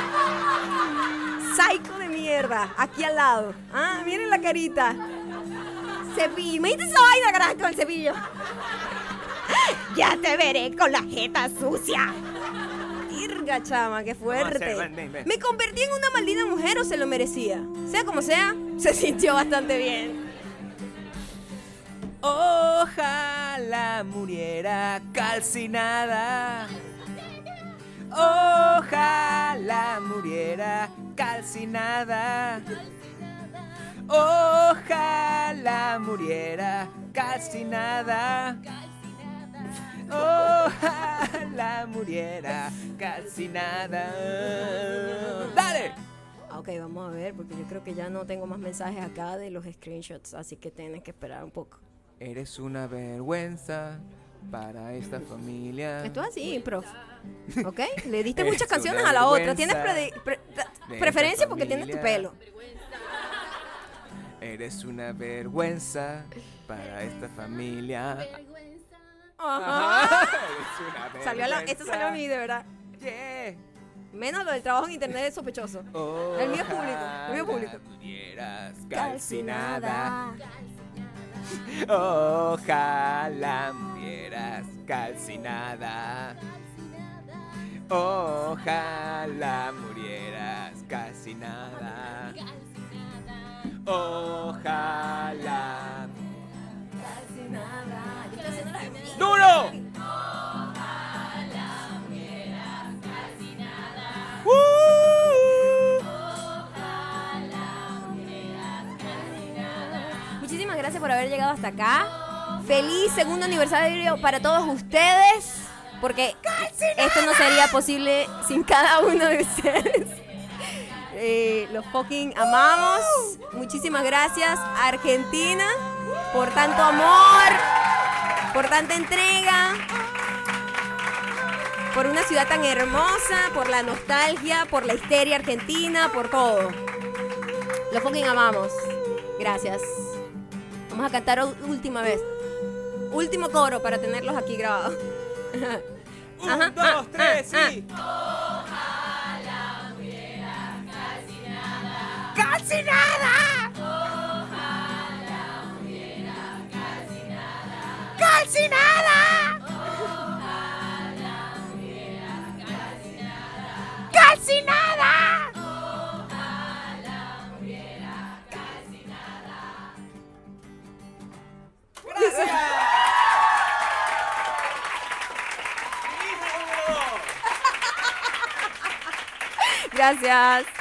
Psycho de mierda, aquí al lado. Ah, miren la carita. Cepillo, imagínate esa vaina, carajo, con el cepillo. Ya te veré con la jeta sucia. Irga, chama, qué fuerte.
Ven.
¿Me convertí en una maldita mujer o se lo merecía? Sea como sea, se sintió bastante bien.
Ojalá muriera calcinada. Ojalá muriera calcinada. Ojalá muriera calcinada. Ojalá muriera calcinada. ¡Dale!
Ok, vamos a ver, porque yo creo que ya no tengo más mensajes acá de los screenshots, así que tienes que esperar un poco.
Eres una vergüenza para esta familia.
Esto es así, prof. ¿Ok? Le diste
Es
muchas canciones
una
a la otra.
vergüenza
Tienes
de
preferencia
esta
porque tienes tu
familia.
pelo.
Eres una vergüenza para esta familia.
Ajá.
Eres una vergüenza.
Esto salió a mí, de verdad.
Yeah.
Menos lo del trabajo en internet es sospechoso. El mío es público. El mío es público.
Ojalá murieras calcinada. Ojalá murieras calcinada. Ojalá murieras calcinada. Ojalá. ¡Duro!
Muchísimas gracias por haber llegado hasta acá. Feliz segundo aniversario para todos ustedes. Porque esto no sería posible sin cada uno de ustedes. Los fucking amamos. Muchísimas gracias, Argentina, por tanto amor, por tanta entrega, por una ciudad tan hermosa, por la nostalgia, por la histeria argentina, por todo. Los fucking amamos. Gracias. Vamos a cantar última vez. Último coro para tenerlos aquí grabados.
1, 2, 3, sí. ¡Calcinada! Ojalá muriera calcinada. ¡Calcinada! Ojalá muriera calcinada. ¡Calcinada! Ojalá muriera calcinada. ¡Gracias!
Gracias.